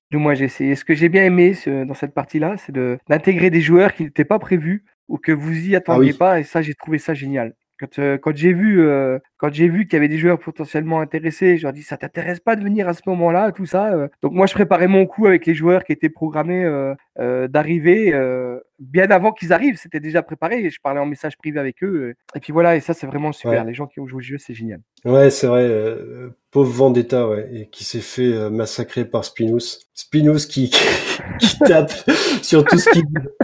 Du moins, j'ai essayé. Ce que j'ai bien aimé ce- dans cette partie-là, c'est de d'intégrer des joueurs qui n'étaient pas prévus ou que vous y Ah attendiez oui. pas. Et ça, j'ai trouvé ça génial. Quand, euh, quand j'ai vu, euh, quand j'ai vu qu'il y avait des joueurs potentiellement intéressés, je leur dis, ça t'intéresse pas de venir à ce moment-là, tout ça. euh. Donc moi, je préparais mon coup avec les joueurs qui étaient programmés euh, euh, d'arriver euh, bien avant qu'ils arrivent. C'était déjà préparé. Et je parlais en message privé avec eux. euh. Et puis voilà, et ça, c'est vraiment super. Ouais. Les gens qui ont joué au jeu, c'est génial. Ouais, c'est vrai. euh, pauvre Vendetta, ouais, et qui s'est fait euh, massacrer par Spinous. Spinous qui, qui tape sur tout ce qui.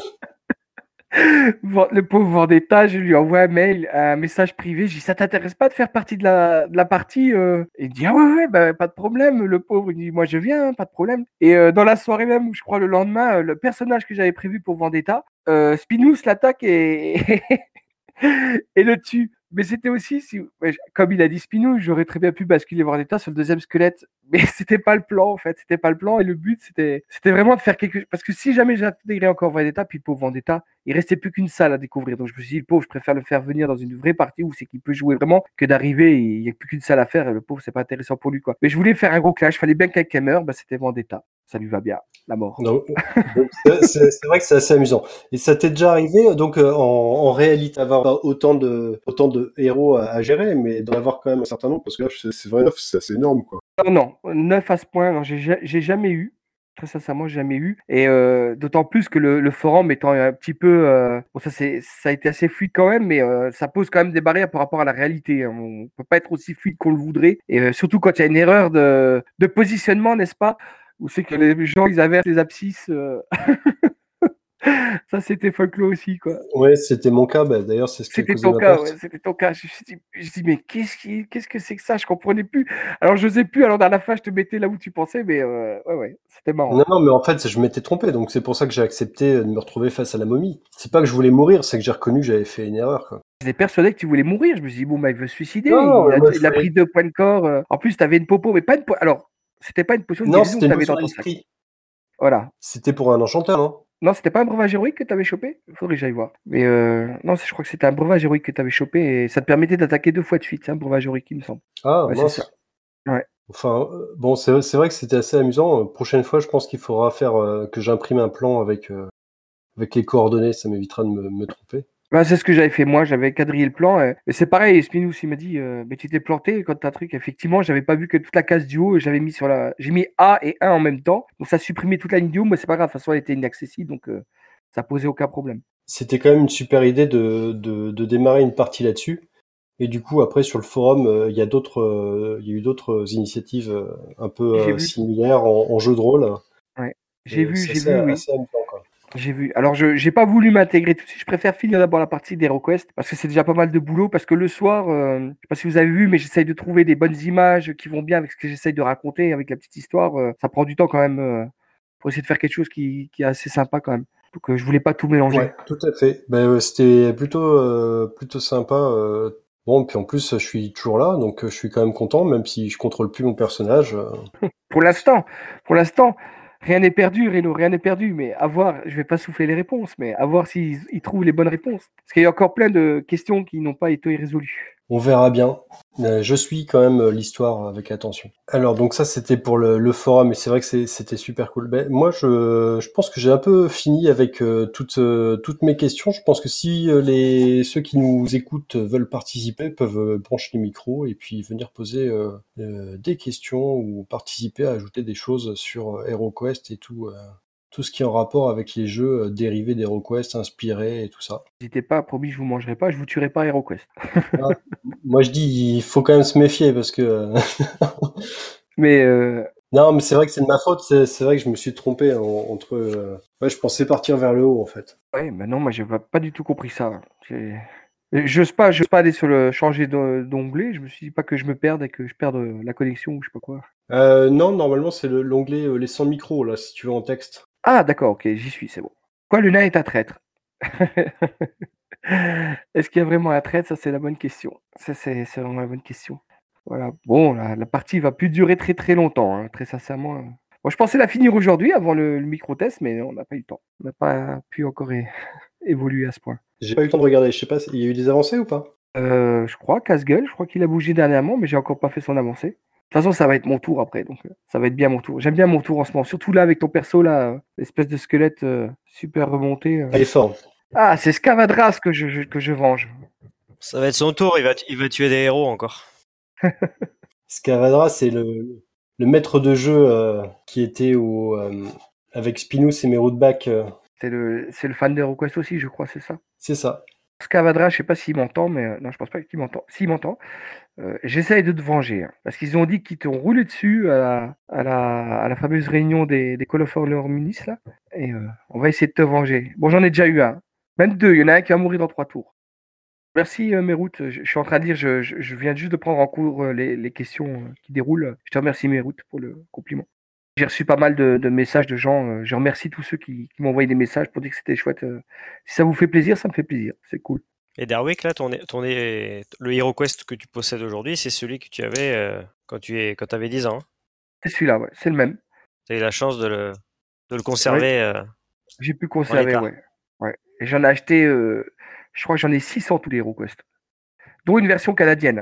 Ven- Le pauvre Vendetta, je lui envoie un mail, un message privé. Je dis, ça t'intéresse pas de faire partie de la, de la partie euh Et il dit, ah ouais, ouais, bah, pas de problème. Le pauvre, il dit, moi je viens, hein, pas de problème. Et euh, dans la soirée même, ou je crois le lendemain, euh, le personnage que j'avais prévu pour Vendetta, euh, Spinous l'attaque et... et le tue. Mais c'était aussi, si... ouais, je- comme il a dit Spinous, j'aurais très bien pu basculer Vendetta sur le deuxième squelette. Mais c'était pas le plan, en fait. C'était pas le plan. Et le but, c'était c'était vraiment de faire quelque chose. Parce que si jamais j'intégrais encore Vendetta, puis le pauvre Vendetta, il restait plus qu'une salle à découvrir. Donc je me suis dit, le pauvre, je préfère le faire venir dans une vraie partie où c'est qu'il peut jouer vraiment que d'arriver et il n'y a plus qu'une salle à faire. Et le pauvre, c'est pas intéressant pour lui, quoi. Mais je voulais faire un gros clash. Fallait bien que quelqu'un meure. Bah, c'était Vendetta. Ça lui va bien. La mort. Non, donc c'est c'est- c'est vrai que c'est assez amusant. Et ça t'est déjà arrivé, donc euh, en, en réalité, avoir pas autant de autant de héros à, à gérer, mais d'en avoir quand même un certain nombre, parce que là, c'est c'est vrai, c'est assez énorme, quoi. Non, non, neuf à ce point, non, j'ai ja- j'ai jamais eu. Très sincèrement, j'ai jamais eu. Et euh, d'autant plus que le, le forum étant un petit peu. euh, bon, ça, c'est, ça a été assez fluide quand même, mais euh, ça pose quand même des barrières par rapport à la réalité, hein. On peut pas être aussi fluide qu'on le voudrait. Et euh, surtout quand il y a une erreur de, de positionnement, n'est-ce pas? Où c'est que les gens, ils inversent les abscisses. euh, Ça, c'était folklore aussi, quoi. Ouais, c'était mon cas. Bah, d'ailleurs, c'est ce qui a C'était causé ton ma cas, ouais, perte. c'était ton cas. Je me suis dit, je dis, mais qu'est-ce qui, qu'est-ce que c'est que ça? Je comprenais plus. Alors, je sais plus. Alors, dans la fin, je te mettais là où tu pensais, mais euh, ouais, ouais, c'était marrant. Non, non, mais en fait, je m'étais trompé, donc c'est pour ça que j'ai accepté de me retrouver face à la momie. C'est pas que je voulais mourir, c'est que j'ai reconnu que j'avais fait une erreur, quoi. J'étais persuadé que tu voulais mourir. Je me suis dit, bon, bah, il veut se suicider. Non, non, Il mais a, moi, je il a voulais. pris deux points de corps. euh. En plus, tu avais une popo, mais pas une po- Alors, c'était pas une potion de Non, guérison c'était que une tu avais potion dans ton sac. d'esprit. Voilà. C'était pour un enchanteur, non? Non, c'était pas un breuvage héroïque que tu avais chopé? Il faudrait que j'aille voir. Mais euh, non, c'est- je crois que c'était un breuvage héroïque que tu avais chopé et ça te permettait d'attaquer deux fois de suite. C'est un breuvage héroïque, il me semble. Ah, Ouais, c'est ça. mince. Ouais. Enfin, euh, bon, c'est c'est vrai que c'était assez amusant. Euh, Prochaine fois, je pense qu'il faudra faire euh, que j'imprime un plan avec euh, avec les coordonnées, ça m'évitera de me, me tromper. Bah, c'est ce que j'avais fait moi, j'avais quadrillé le plan. euh, Et c'est pareil, Spinous il m'a dit, euh, mais tu t'es planté quand t'as un truc. Effectivement, j'avais pas vu que toute la case du haut, j'avais mis sur la. J'ai mis A et un en même temps. Donc ça supprimait toute la ligne du haut, mais c'est pas grave, de toute façon elle était inaccessible, donc euh, ça posait aucun problème. C'était quand même une super idée de, de, de démarrer une partie là-dessus. Et du coup, après, sur le forum, euh, il y a d'autres, euh, il y a eu d'autres initiatives euh, un peu J'ai euh, vu. similaires en, en jeu de rôle. Ouais. J'ai Et vu, c'est j'ai assez, vu, oui. assez amusant, quoi. J'ai vu. Alors, je j'ai pas voulu m'intégrer tout de suite. Je préfère finir d'abord la partie d'HeroQuest parce que c'est déjà pas mal de boulot. Parce que le soir, euh, je sais pas si vous avez vu, mais j'essaye de trouver des bonnes images qui vont bien avec ce que j'essaye de raconter, avec la petite histoire. euh, ça prend du temps quand même euh, pour essayer de faire quelque chose qui, qui est assez sympa quand même. Donc, euh, je voulais pas tout mélanger. Ouais, tout à fait. Ben, euh, c'était plutôt, euh, plutôt sympa. euh. Bon, puis en plus, je suis toujours là, donc euh, je suis quand même content, même si je contrôle plus mon personnage. euh. Pour l'instant, pour l'instant, rien n'est perdu, Reno, rien n'est perdu. Mais à voir, je vais pas souffler les réponses, mais à voir s'ils ils trouvent les bonnes réponses. Parce qu'il y a encore plein de questions qui n'ont pas été résolues. On verra bien. Euh, je suis quand même euh, l'histoire avec attention. Alors donc ça c'était pour le, le forum et c'est vrai que c'est- c'était super cool. Ben, moi je, je pense que j'ai un peu fini avec euh, toutes, euh, toutes mes questions. Je pense que si euh, les ceux qui nous écoutent veulent participer peuvent euh, brancher les micros et puis venir poser euh, euh, des questions ou participer à ajouter des choses sur euh, HeroQuest et tout. euh, tout ce qui est en rapport avec les jeux euh, dérivés d'HeroQuest, inspirés et tout ça. N'hésitez pas, promis, je vous mangerai pas, je vous tuerai pas à HeroQuest. Ah, moi je dis il faut quand même se méfier parce que euh, Mais euh, non, mais c'est vrai que c'est de ma faute. C'est c'est vrai que je me suis trompé en- entre. euh, Ouais, je pensais partir vers le haut en fait. ouais, mais non, moi j'ai pas, pas du tout compris ça. J'ai- J'ose pas, j'ose pas aller sur le changer de- d'onglet. Je me suis dit pas que je me perde et que je perde euh, la connexion ou je sais pas quoi. Euh, non, normalement c'est le- l'onglet euh, les sans micros là, si tu veux en texte. Ah d'accord, ok, j'y suis, c'est bon. Quoi, le nain est un traître? Est-ce qu'il y a vraiment un traître? Ça c'est la bonne question. Ça c'est c'est vraiment la bonne question. Voilà. Bon, la, la partie va plus durer très très longtemps, hein, très sincèrement. euh. Bon, je pensais la finir aujourd'hui avant le, le micro-test, mais on n'a pas eu le temps. On n'a pas pu encore é- évoluer à ce point. J'ai pas eu le temps de regarder. Je sais pas, il y a eu des avancées ou pas? Euh, je crois, casse-gueule, je crois qu'il a bougé dernièrement, mais j'ai encore pas fait son avancée. toute façon, ça va être mon tour après, donc euh, ça va être bien mon tour. J'aime bien mon tour en ce moment, surtout là avec ton perso là, euh, l'espèce de squelette euh, super remonté. euh. Il est fort. Ah, c'est Scavadras que je, je- que je venge. Ça va être son tour, il va, il va tuer des héros encore. Scavadra, c'est le, le maître de jeu euh, qui était au, euh, avec Spinous et Merootback. euh, C'est le, c'est le fan d'HeroQuest aussi, je crois, c'est ça. c'est ça. Scavadras, je sais pas s'il m'entend, mais euh, non, je pense pas qu'il m'entend. S'il m'entend, euh, j'essaye de te venger, hein, parce qu'ils ont dit qu'ils t'ont roulé dessus à la, à la, à la fameuse réunion des, des Call of Honor Minis, là, et euh, on va essayer de te venger. Bon, j'en ai déjà eu un, même deux, il y en a un qui va mourir dans trois tours. Merci euh, Merout, je, je suis en train de dire, je, je, je viens juste de prendre en cours euh, les, les questions euh, qui déroulent. Je te remercie Merout pour le compliment. J'ai reçu pas mal de, de messages de gens, euh, je remercie tous ceux qui, qui m'ont envoyé des messages pour dire que c'était chouette. euh. Si ça vous fait plaisir, ça me fait plaisir, c'est cool. Et Derwick, là, ton, ton, le HeroQuest que tu possèdes aujourd'hui, c'est celui que tu avais euh, quand tu es, quand avais dix ans. Hein. C'est celui-là, ouais, c'est le même. Tu as eu la chance de le, de le conserver. Ouais, euh, j'ai pu conserver, ouais. ouais. Et j'en ai acheté, euh, je crois que j'en ai six cents tous les HeroQuest, dont une version canadienne.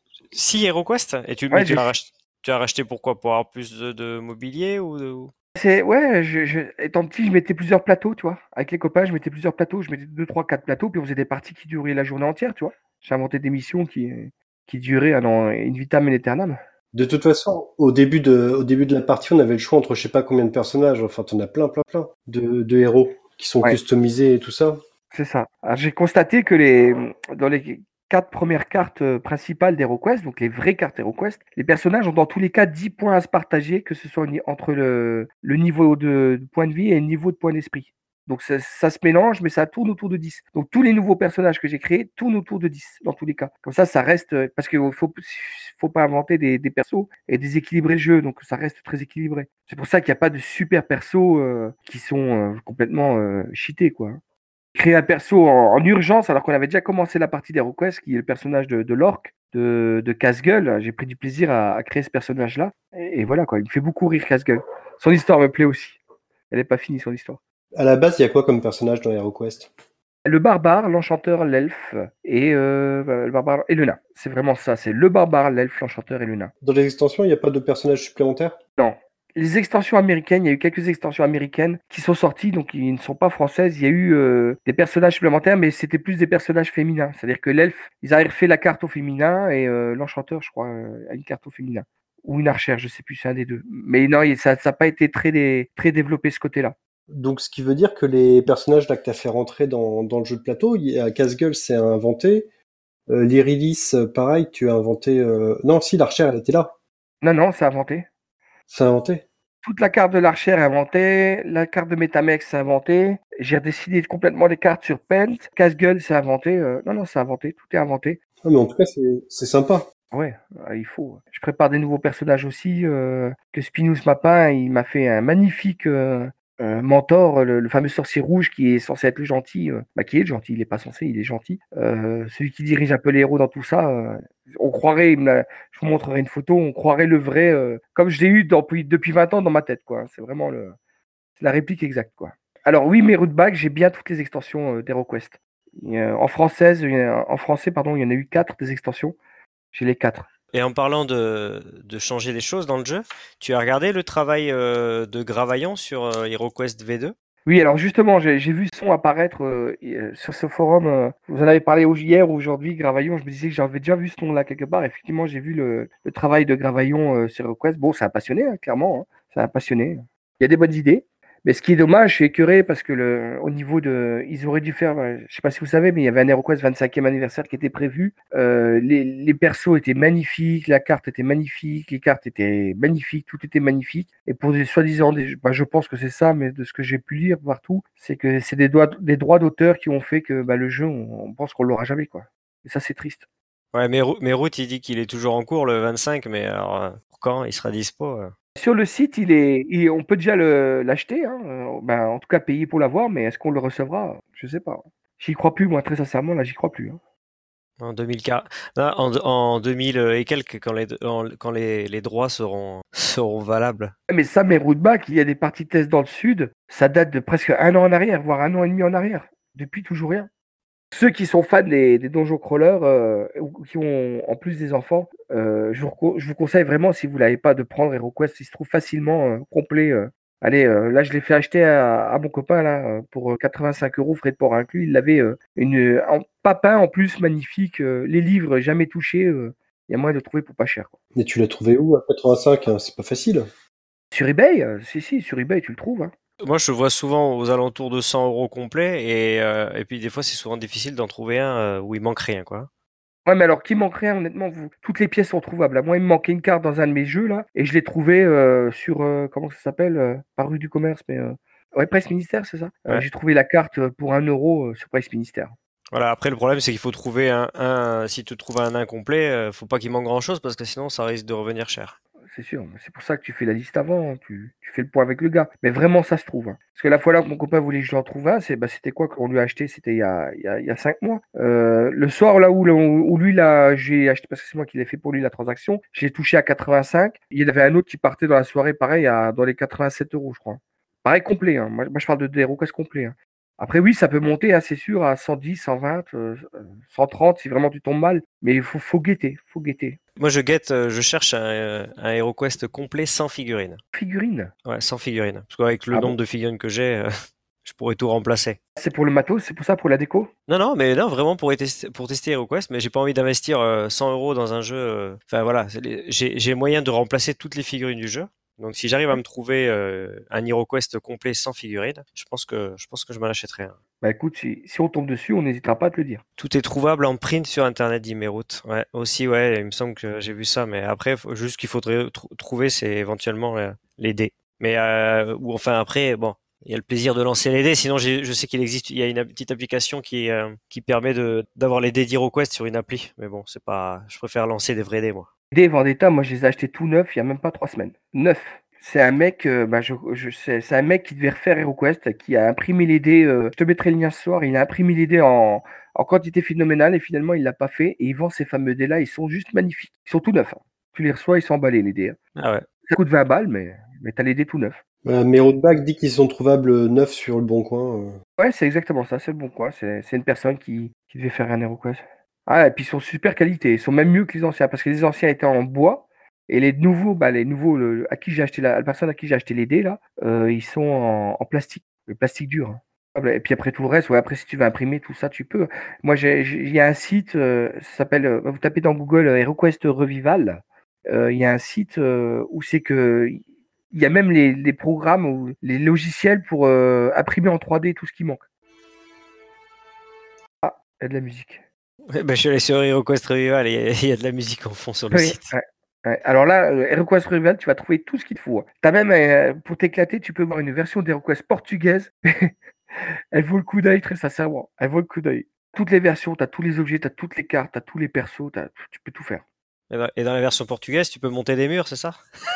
six HeroQuest. Et tu, ouais, mais tu, as racheté, tu as racheté pourquoi? Pour avoir plus de, de mobilier ou de... C'est ouais, je, je, étant petit, je mettais plusieurs plateaux, tu vois. Avec les copains, je mettais plusieurs plateaux, je mettais deux, trois, quatre plateaux, puis on faisait des parties qui duraient la journée entière, tu vois. J'ai inventé des missions qui, qui duraient un an, in vitam in aeternam. De toute façon, au début de, au début de la partie, on avait le choix entre je sais pas combien de personnages. Enfin, t'en as plein, plein, plein de, de héros qui sont Ouais. customisés et tout ça. C'est ça. Alors, j'ai constaté que les, dans les quatre premières cartes euh, principales d'HeroQuest, donc les vraies cartes HeroQuest, les personnages ont dans tous les cas dix points à se partager, que ce soit ni- entre le, le niveau de, de point de vie et le niveau de point d'esprit. Donc ça, ça se mélange, mais ça tourne autour de dix. Donc tous les nouveaux personnages que j'ai créés tournent autour de dix, dans tous les cas. Comme ça, ça reste... euh, Parce qu'il ne faut, faut pas inventer des, des persos et déséquilibrer le jeu, donc ça reste très équilibré. C'est pour ça qu'il n'y a pas de super persos euh, qui sont euh, complètement euh, cheatés, quoi. Créer un perso en, en urgence alors qu'on avait déjà commencé la partie d'HeroQuest, qui est le personnage de, de l'orque, de, de Casse-Gueule. J'ai pris du plaisir à, à créer ce personnage-là. Et, et voilà, quoi. Il me fait beaucoup rire, Casse-Gueule. Son histoire me plaît aussi. Elle n'est pas finie, son histoire. À la base, il y a quoi comme personnage dans HeroQuest? Le barbare, l'enchanteur, l'elfe et euh, le barbare et le nain. C'est vraiment ça. C'est le barbare, l'elfe, l'enchanteur et le nain. Dans les extensions, il n'y a pas de personnages supplémentaires? Non. Les extensions américaines, il y a eu quelques extensions américaines qui sont sorties, donc ils ne sont pas françaises. Il y a eu euh, des personnages supplémentaires, mais c'était plus des personnages féminins. C'est-à-dire que l'elfe, ils avaient refait la carte au féminin et euh, l'enchanteur, je crois, euh, a une carte au féminin. Ou une archère, je sais plus, c'est un des deux. Mais non, ça n'a pas été très, dé, très développé ce côté-là. Donc, ce qui veut dire que les personnages là que tu as fait rentrer dans, dans le jeu de plateau, il y a Casse-Gueule, c'est inventé. Euh, L'Irilis, pareil, tu as inventé. Euh... Non, si, l'archère, elle était là. Non, non, c'est inventé. C'est inventé. Toute la carte de l'archère est inventée, la carte de Metamex c'est inventé, j'ai redessiné complètement les cartes sur Pent, Casse-Gueule c'est inventé, euh, non, non, c'est inventé, tout est inventé. Ah, mais en tout cas, c'est sympa. Ouais, il faut. Je prépare des nouveaux personnages aussi, euh, que Spinous m'a peint, il m'a fait un magnifique euh, euh, mentor, le, le fameux sorcier rouge qui est censé être le gentil, euh, bah qui est le gentil, il n'est pas censé, il est gentil. Euh, celui qui dirige un peu les héros dans tout ça, euh, on croirait, je vous montrerai une photo, on croirait le vrai, euh, comme je l'ai eu depuis, depuis vingt ans dans ma tête, quoi. C'est vraiment le, c'est la réplique exacte, quoi. Alors oui, Merootback, j'ai bien toutes les extensions euh, d'HeroQuest. En française, en français, pardon, il y en a eu quatre des extensions. J'ai les quatre. Et en parlant de, de changer des choses dans le jeu, tu as regardé le travail euh, de Gravaillon sur euh, HeroQuest V deux? Oui, alors justement, j'ai vu son apparaître euh, sur ce forum. Euh, vous en avez parlé hier ou aujourd'hui, Gravaillon. Je me disais que j'avais déjà vu ce nom-là quelque part. Effectivement, j'ai vu le, le travail de Gravaillon euh, sur HeroQuest. Bon, ça a passionné, hein, clairement. Hein. Ça a passionné. Il y a des bonnes idées. Mais ce qui est dommage, je suis écœuré parce que le, au niveau de. Ils auraient dû faire. Je ne sais pas si vous savez, mais il y avait un HeroQuest vingt-cinquième anniversaire qui était prévu. Euh, les, les persos étaient magnifiques, la carte était magnifique, les cartes étaient magnifiques, tout était magnifique. Et pour des soi-disant. Des, bah, je pense que c'est ça, mais de ce que j'ai pu lire partout, c'est que c'est des, des droits d'auteur qui ont fait que bah, le jeu, on, on pense qu'on l'aura jamais, quoi. Et ça, c'est triste. Ouais, Merout, il dit qu'il est toujours en cours le vingt-cinq, mais alors, pour quand il sera dispo euh... Sur le site, il est, il, on peut déjà l'acheter, hein. euh, ben, en tout cas payer pour l'avoir, mais est-ce qu'on le recevra? Je sais pas. J'y crois plus, moi, très sincèrement, là, j'y crois plus. Hein. En deux mille quarante, en, en deux mille et quelques, quand les, quand les, les droits seront, seront valables. Mais ça, Merootback, il y a des parties tests dans le sud, ça date de presque un an en arrière, voire un an et demi en arrière. Depuis, toujours rien. Ceux qui sont fans des, des donjons crawlers euh, ou qui ont en plus des enfants, euh, je, vous reco- je vous conseille vraiment, si vous l'avez pas, de prendre HeroQuest. Il se trouve facilement euh, complet. euh. Allez, euh, là, je l'ai fait acheter à, à mon copain là euh, pour euh, quatre-vingt-cinq euros, frais de port inclus. Il l'avait euh, une en papin en plus, magnifique. euh, les livres jamais touchés. euh, Il y a moyen de le trouver pour pas cher, quoi. Et tu l'as trouvé où à quatre-vingt-cinq, hein? C'est pas facile. Sur eBay, euh, si, si, sur eBay, tu le trouves. Hein. Moi, je le vois souvent aux alentours de cent euros complet et, euh, et puis des fois, c'est souvent difficile d'en trouver un euh, où il manque rien, quoi. Ouais, mais alors, qui manquerait, honnêtement, vous, toutes les pièces sont trouvables. Là. Moi, il me manquait une carte dans un de mes jeux, là, et je l'ai trouvé euh, sur, euh, comment ça s'appelle, euh, pas rue du commerce, mais, euh, ouais, Price Ministère, c'est ça? Euh, Ouais. j'ai trouvé la carte euh, pour un euro euh, sur Price Ministère. Voilà, après, le problème, c'est qu'il faut trouver un, un si tu trouves un incomplet, euh, faut pas qu'il manque grand-chose parce que sinon, ça risque de revenir cher. C'est sûr, mais c'est pour ça que tu fais la liste avant, hein, tu, tu fais le point avec le gars. Mais vraiment, ça se trouve. Hein. Parce que la fois là que mon copain voulait que je l'en trouve un, c'est, bah, c'était quoi qu'on lui a acheté? C'était il y a, il y a, il y a cinq mois. Euh, le soir là où, le- où lui, là, j'ai acheté, parce que c'est moi qui l'ai fait pour lui la transaction, j'ai touché à quatre-vingt-cinq. Il y en avait un autre qui partait dans la soirée, pareil, à, dans les quatre-vingt-sept euros, je crois. Pareil, complet. Hein. Moi, moi, je parle de HeroQuest complet. Hein. Après, oui, ça peut monter, hein, c'est sûr, à cent dix, cent vingt, euh, cent trente si vraiment tu tombes mal. Mais il faut, faut guetter, faut guetter. Moi, je guette, euh, je cherche un, euh, un HeroQuest complet sans figurines. Figurine. Ouais, sans figurines. Parce qu'avec le Ah nombre bon? de figurines que j'ai, euh, je pourrais tout remplacer. C'est pour le matos, c'est pour ça, pour la déco? Non, non, mais non, vraiment pour tester, pour tester HeroQuest, mais j'ai pas envie d'investir euh, cent euros dans un jeu. euh, Enfin voilà, c'est les- j'ai j'ai moyen de remplacer toutes les figurines du jeu. Donc si j'arrive à me trouver euh, un HeroQuest complet sans figurines, je pense que je pense que je m'en achèterai un. Bah écoute, si, si on tombe dessus, on n'hésitera pas à te le dire. Tout est trouvable en print sur internet, dit Merout. Ouais, aussi, ouais, il me semble que j'ai vu ça, mais après, faut- juste ce qu'il faudrait tr- trouver, c'est éventuellement euh, les dés. Mais euh, ou enfin après, bon, il y a le plaisir de lancer les dés. Sinon, j'ai- je sais qu'il existe, il y a une petite application qui euh, qui permet de d'avoir les dés d'HeroQuest sur une appli. Mais bon, c'est pas, je préfère lancer des vrais dés, moi. Des Vendetta, moi je les ai achetés tout neufs il y a même pas trois semaines. Neuf. C'est un mec, euh, bah, je, je, c'est, c'est un mec qui devait refaire HeroQuest, qui a imprimé les dés. euh, je te mettrai le lien ce soir. Il a imprimé les dés en, en quantité phénoménale et finalement il l'a pas fait. Et il vend ces fameux dés là. Ils sont juste magnifiques. Ils sont tout neufs. Hein. Tu les reçois, ils sont emballés les dés. Hein. Ah ouais. Ça coûte vingt balles, mais, mais t'as les dés tout neufs. Euh, Merodback dit qu'ils sont trouvables neufs sur le bon coin. euh. Ouais, c'est exactement ça. C'est le bon quoi. C'est, c'est une personne qui, qui devait faire un HeroQuest. Ah, et puis ils sont super qualité. Ils sont même mieux que les anciens parce que les anciens étaient en bois. Et les nouveaux, bah, les nouveaux, le- à qui j'ai acheté la, la personne à qui j'ai acheté les dés là, euh, ils sont en, en plastique, le plastique dur. Hein. Ah, bah, et puis après tout le reste, ouais, après si tu veux imprimer tout ça, tu peux. Moi, j'ai, j'ai- il y a un site, euh, ça s'appelle, euh, vous tapez dans Google euh, HeroQuest Revival. Euh, Il y a un site euh, où c'est que il y a même les, les programmes ou les logiciels pour euh, imprimer en trois D tout ce qui manque. Ah, il y a de la musique. Ouais, bah, je suis allé sur HeroQuest Revival et il y a- il y a de la musique en fond sur le Oui, site. ouais, ouais. Alors là, euh, HeroQuest Revival, tu vas trouver tout ce qu'il te faut. Tu as même, euh, pour t'éclater, tu peux voir une version d'HeroQuest portugaise. Elle vaut le coup d'œil, très sincèrement. Elle vaut le coup d'œil. Toutes les versions, tu as tous les objets, tu as toutes les cartes, tu as tous les persos, t'as- tu peux tout faire. Et dans et dans la version portugaise, tu peux monter des murs, c'est ça?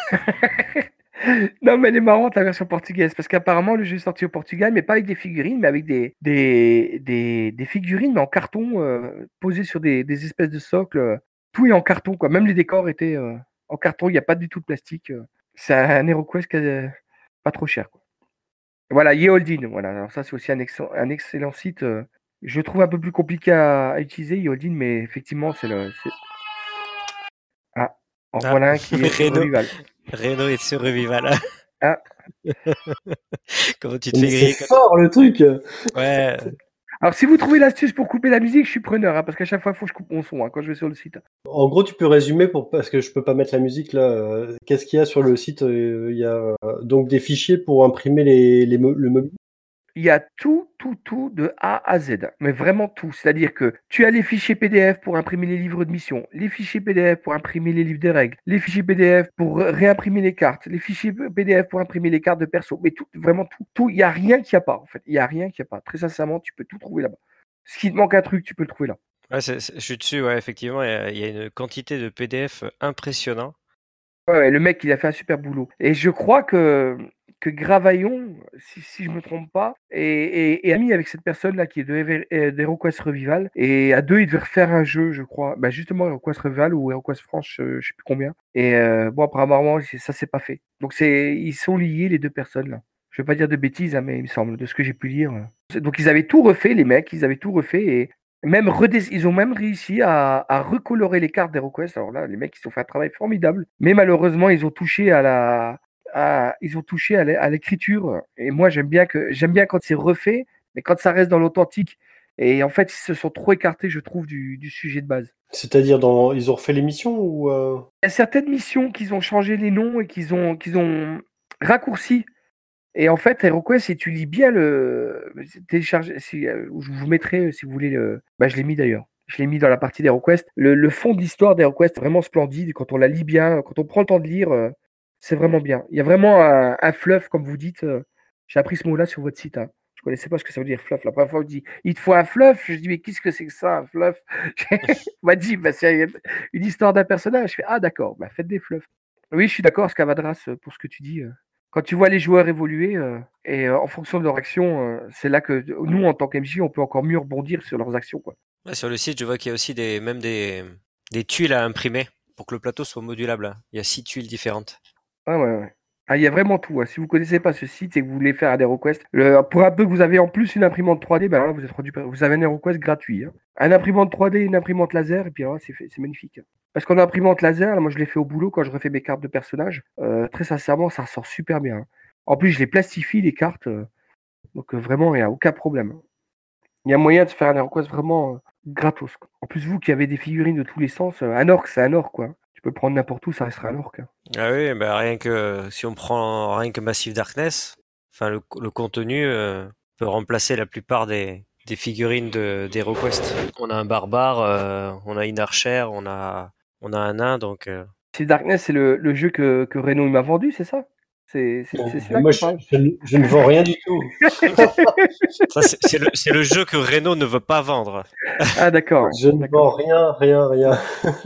Non, mais elle est marrante la version portugaise parce qu'apparemment le jeu est sorti au Portugal, mais pas avec des figurines, mais avec des, des, des, des figurines mais en carton euh, posées sur des, des espèces de socles. euh, Tout est en carton, quoi. Même les décors étaient euh, en carton, il n'y a pas du tout de plastique. euh. C'est un HeroQuest qui est pas trop cher, quoi. Voilà, Yeholdin. Voilà, alors ça c'est aussi un, excellent- un excellent site. euh, Je le trouve un peu plus compliqué à, à utiliser, Yeholdin, mais effectivement, c'est le. c'est- Ah, en Ah, voilà un qui est sur Reno, Revival. Reno est sur Revival. Ah, Comment tu te Mais fais c'est griller comme... fort le truc! Ouais, alors, si vous trouvez l'astuce pour couper la musique, je suis preneur, hein, parce qu'à chaque fois, il faut que je coupe mon son hein, quand je vais sur le site. En gros, tu peux résumer pour parce que je peux pas mettre la musique là. euh, Qu'est-ce qu'il y a sur le site? euh, Il y a euh, donc des fichiers pour imprimer les, les mo- le mobile. Il y a tout, tout, tout de A à Z, mais vraiment tout. C'est-à-dire que tu as les fichiers P D F pour imprimer les livres de mission, les fichiers P D F pour imprimer les livres des règles, les fichiers P D F pour réimprimer les cartes, les fichiers P D F pour imprimer les cartes de perso, mais tout, vraiment tout, tout. Il n'y a rien qu'il n'y a pas, en fait. Il n'y a rien qu'il n'y a pas. Très sincèrement, tu peux tout trouver là-bas. S'il te manque un truc, tu peux le trouver là. ouais c'est- c'est- je suis dessus, ouais, effectivement, il y, a, il y a une quantité de P D F impressionnant. Ouais, ouais, le mec, il a fait un super boulot. Et je crois que, que Gravaillon, si, si je me trompe pas, est, est- est ami avec cette personne-là qui est de Ever- euh, d'HeroQuest Revival. Et à deux, ils devaient refaire un jeu, je crois. Bah, justement, HeroQuest Revival ou HeroQuest France, je, je sais plus combien. Et euh, bon, apparemment, c'est- ça s'est pas fait. Donc, c'est, ils sont liés, les deux personnes, là. Je vais pas dire de bêtises, hein, mais il me semble, de ce que j'ai pu lire. euh. Donc, ils avaient tout refait, les mecs, ils avaient tout refait. Et Même redé- ils ont même réussi à, à recolorer les cartes d'HeroQuest. Alors là, les mecs, ils ont fait un travail formidable. Mais malheureusement, ils ont touché à la, à- ils ont touché à l'é- à l'écriture. Et moi, j'aime bien que, j'aime bien quand c'est refait, mais quand ça reste dans l'authentique. Et en fait, ils se sont trop écartés, je trouve, du, du sujet de base. C'est-à-dire, dans... ils ont refait l'émission ou euh, Il y a certaines missions qu'ils ont changé les noms et qu'ils ont, qu'ils ont raccourci. Et en fait, HeroQuest, si tu lis bien le télécharge, si, euh, je vous mettrai, euh, si vous voulez, le... bah, je l'ai mis d'ailleurs. Je l'ai mis dans la partie d'HeroQuest. Le, le fond de l'histoire d'HeroQuest est vraiment splendide. Quand on la lit bien, quand on prend le temps de lire, euh, c'est vraiment bien. Il y a vraiment un, un fluff, comme vous dites. euh, J'ai appris ce mot-là sur votre site. Hein. Je ne connaissais pas ce que ça veut dire fluff. La première fois, on me dit il te faut un fluff. Je dis mais qu'est-ce que c'est que ça, un fluff? On m'a dit bah, c'est une histoire d'un personnage. Je fais ah d'accord, bah, faites des fluffs. Oui, je suis d'accord, Scavadras, euh, pour ce que tu dis. euh. Quand tu vois les joueurs évoluer euh, et euh, en fonction de leur action, euh, c'est là que nous, en tant qu'M J, on peut encore mieux rebondir sur leurs actions. Quoi. Ouais, sur le site, je vois qu'il y a aussi des, même des, des tuiles à imprimer pour que le plateau soit modulable. Il y a six tuiles différentes. Ah ouais, ouais. Ah, il y a vraiment tout. hein. Si vous connaissez pas ce site et que vous voulez faire un HeroQuest, le, pour un peu que vous avez en plus une imprimante trois D, ben alors là, vous êtes rendu, vous avez un HeroQuest gratuit. Hein. Un imprimante trois D, une imprimante laser, et puis alors là, c'est fait- c'est magnifique. Parce qu'en imprimante laser, là, moi je l'ai fait au boulot quand je refais mes cartes de personnages. euh, très sincèrement, ça ressort super bien. hein. En plus, je les plastifie, les cartes. euh, donc euh, vraiment, il n'y a aucun problème. Il y a moyen de se faire un HeroQuest vraiment euh, gratos. quoi. En plus, vous qui avez des figurines de tous les sens, euh, un orc, c'est un orc, quoi. Tu peux le prendre n'importe où, ça restera un orc. hein. Ah oui, bah rien que si on prend rien que Massive Darkness, enfin le, le contenu euh, peut remplacer la plupart des, des figurines de, des HeroQuest. On a un barbare, euh, on a une archère, on a on a un nain, donc euh, Sea Darkness, c'est le, le jeu que, que Renault il m'a vendu, c'est ça? C'est c'est- euh, c'est celui-là moi, que tu je, parles? je ne- je ne vends rien du tout. ça c'est c'est le, c'est le jeu que Renault ne veut pas vendre. Ah d'accord, Je ne d'accord. vends rien, rien, rien.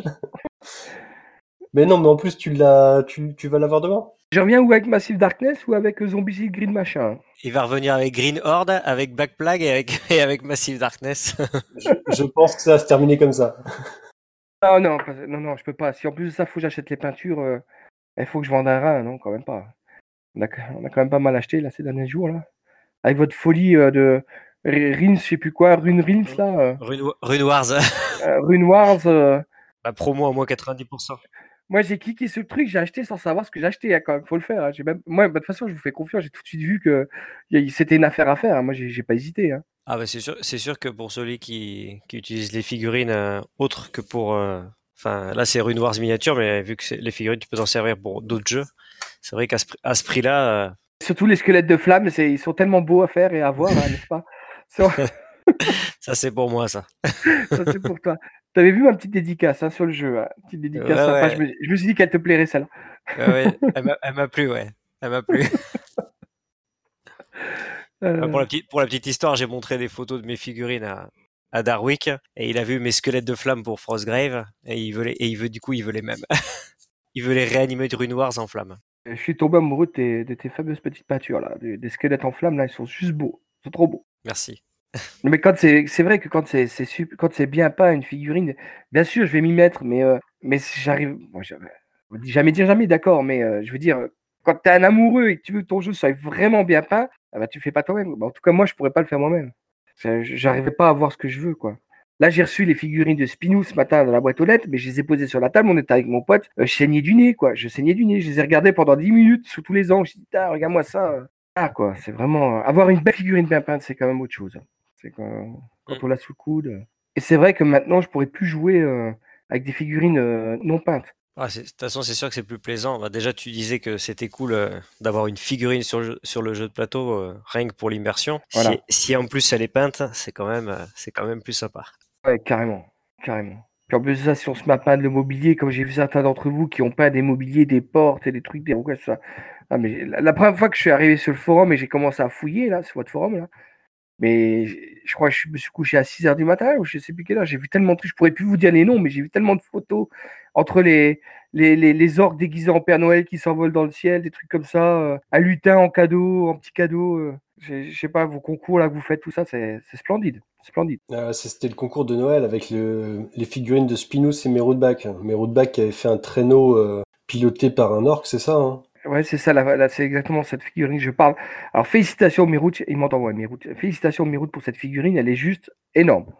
Mais non, mais en plus, tu l'as, tu, tu vas l'avoir demain. Je reviens ou avec Massive Darkness ou avec euh, Zombicide Grid machin. Il va revenir avec Green Horde, avec Black Plague et avec, et avec Massive Darkness. Je, je pense que ça va se terminer comme ça. Ah non, pas- non, non, je peux pas. Si en plus de ça, faut que j'achète les peintures, euh, il faut que je vende un rein, non, quand même pas. On a, on a quand même pas mal acheté là ces derniers jours là. Avec votre folie euh, de R- Rins, je sais plus quoi, Rune Rins là, euh, Rune, Rune Wars, euh, Rune Wars. euh, la promo à moins quatre-vingt-dix pour cent. Moi, j'ai cliqué sur le truc, j'ai acheté sans savoir ce que j'ai acheté, hein, quand même, faut le faire. hein. J'ai même... Moi, bah, de toute façon, je vous fais confiance, j'ai tout de suite vu que y a- c'était une affaire à faire. hein. Moi, j'ai j'ai pas hésité. hein. Ah bah c'est sûr, c'est sûr que pour celui qui, qui utilise les figurines euh, autres que pour... euh, Enfin, là c'est Rune Wars miniature, mais vu que c'est- les figurines, tu peux t'en servir pour d'autres jeux. C'est vrai qu'à ce, pri- à ce prix-là, euh, Surtout les squelettes de flammes, c'est- ils sont tellement beaux à faire et à voir, hein, n'est-ce pas? Ça, ça c'est pour moi ça. ça, c'est pour toi. Tu avais vu ma petite dédicace hein, sur le jeu, hein, petite Ouais, dédicace sympa. Je ouais, me, je me suis dit qu'elle te plairait, celle-là. ouais, ouais. Elle m'a elle m'a plu, ouais. Elle m'a plu. Ouais, Pour Euh, la petite, pour la petite histoire, j'ai montré des photos de mes figurines à, à Darwick et il a vu mes squelettes de flammes pour Frostgrave et il veut les, et il veut du coup il veut les mêmes. Il veut les réanimer de Rune Wars en flammes. je suis tombé amoureux de tes, de tes fameuses petites peintures, là, des, des squelettes en flammes, là, ils sont juste beaux. Ils sont trop beaux. Merci. Mais quand c'est c'est vrai que quand c'est c'est sup- quand c'est bien peint une figurine, bien sûr je vais m'y mettre, mais euh, mais si j'arrive, moi j'avais- on dit jamais dire jamais, d'accord, mais euh, je veux dire euh, quand t'es un amoureux et que tu veux que ton jeu soit vraiment bien peint, ah bah tu le fais pas toi-même. Bah, en tout cas moi je pourrais pas le faire moi-même. Ça- J'arrivais pas à voir ce que je veux quoi. Là j'ai reçu les figurines de Spinous ce matin dans la boîte aux lettres, mais je les ai posées sur la table, on était avec mon pote, euh, je saignais du nez quoi, je saignais du nez, je les ai regardées pendant dix minutes sous tous les angles, je me suis dit ah, regarde-moi ça. euh. Ah quoi, c'est vraiment avoir une belle figurine bien peinte, c'est quand même autre chose. C'est quand, quand Mm. on l'a sous le coude. Et c'est vrai que maintenant, je pourrais plus jouer euh, avec des figurines euh, non peintes. Ah, c'est- de toute façon, c'est sûr que c'est plus plaisant. Bah, déjà, tu disais que c'était cool euh, d'avoir une figurine sur le jeu, sur le jeu de plateau, euh, rien que pour l'immersion. Si, Voilà. si en plus elle est peinte, c'est quand même, euh, c'est quand même plus sympa. Ouais, carrément. Carrément. Puis en plus de ça, si on se met à peindre le mobilier, comme j'ai vu certains d'entre vous qui ont peint des mobiliers, des portes et des trucs, des quoi ça. Ah, mais la, la première fois que je suis arrivé sur le forum et j'ai commencé à fouiller là, sur votre forum là, mais j- je crois que je me suis couché à six heures du matin ou je sais plus quelle heure. J'ai vu tellement de trucs, je pourrais plus vous dire les noms, mais j'ai vu tellement de photos entre les, les, les, les orques déguisés en Père Noël qui s'envolent dans le ciel, des trucs comme ça, euh, un lutin en cadeau, en petit cadeau. euh. Je je sais pas, vos concours là que vous faites, tout ça, c'est c'est splendide. Splendide. Euh, ça, c'était le concours de Noël avec le, les figurines de Spinous et Meroudback. Meroudback qui avait fait un traîneau euh, piloté par un orc, c'est ça hein Ouais, c'est ça, là, là, c'est exactement cette figurine que je parle. Alors, félicitations, Mirout, il m'entend, ouais, Mirout. Félicitations, Mirout, pour cette figurine, elle est juste énorme.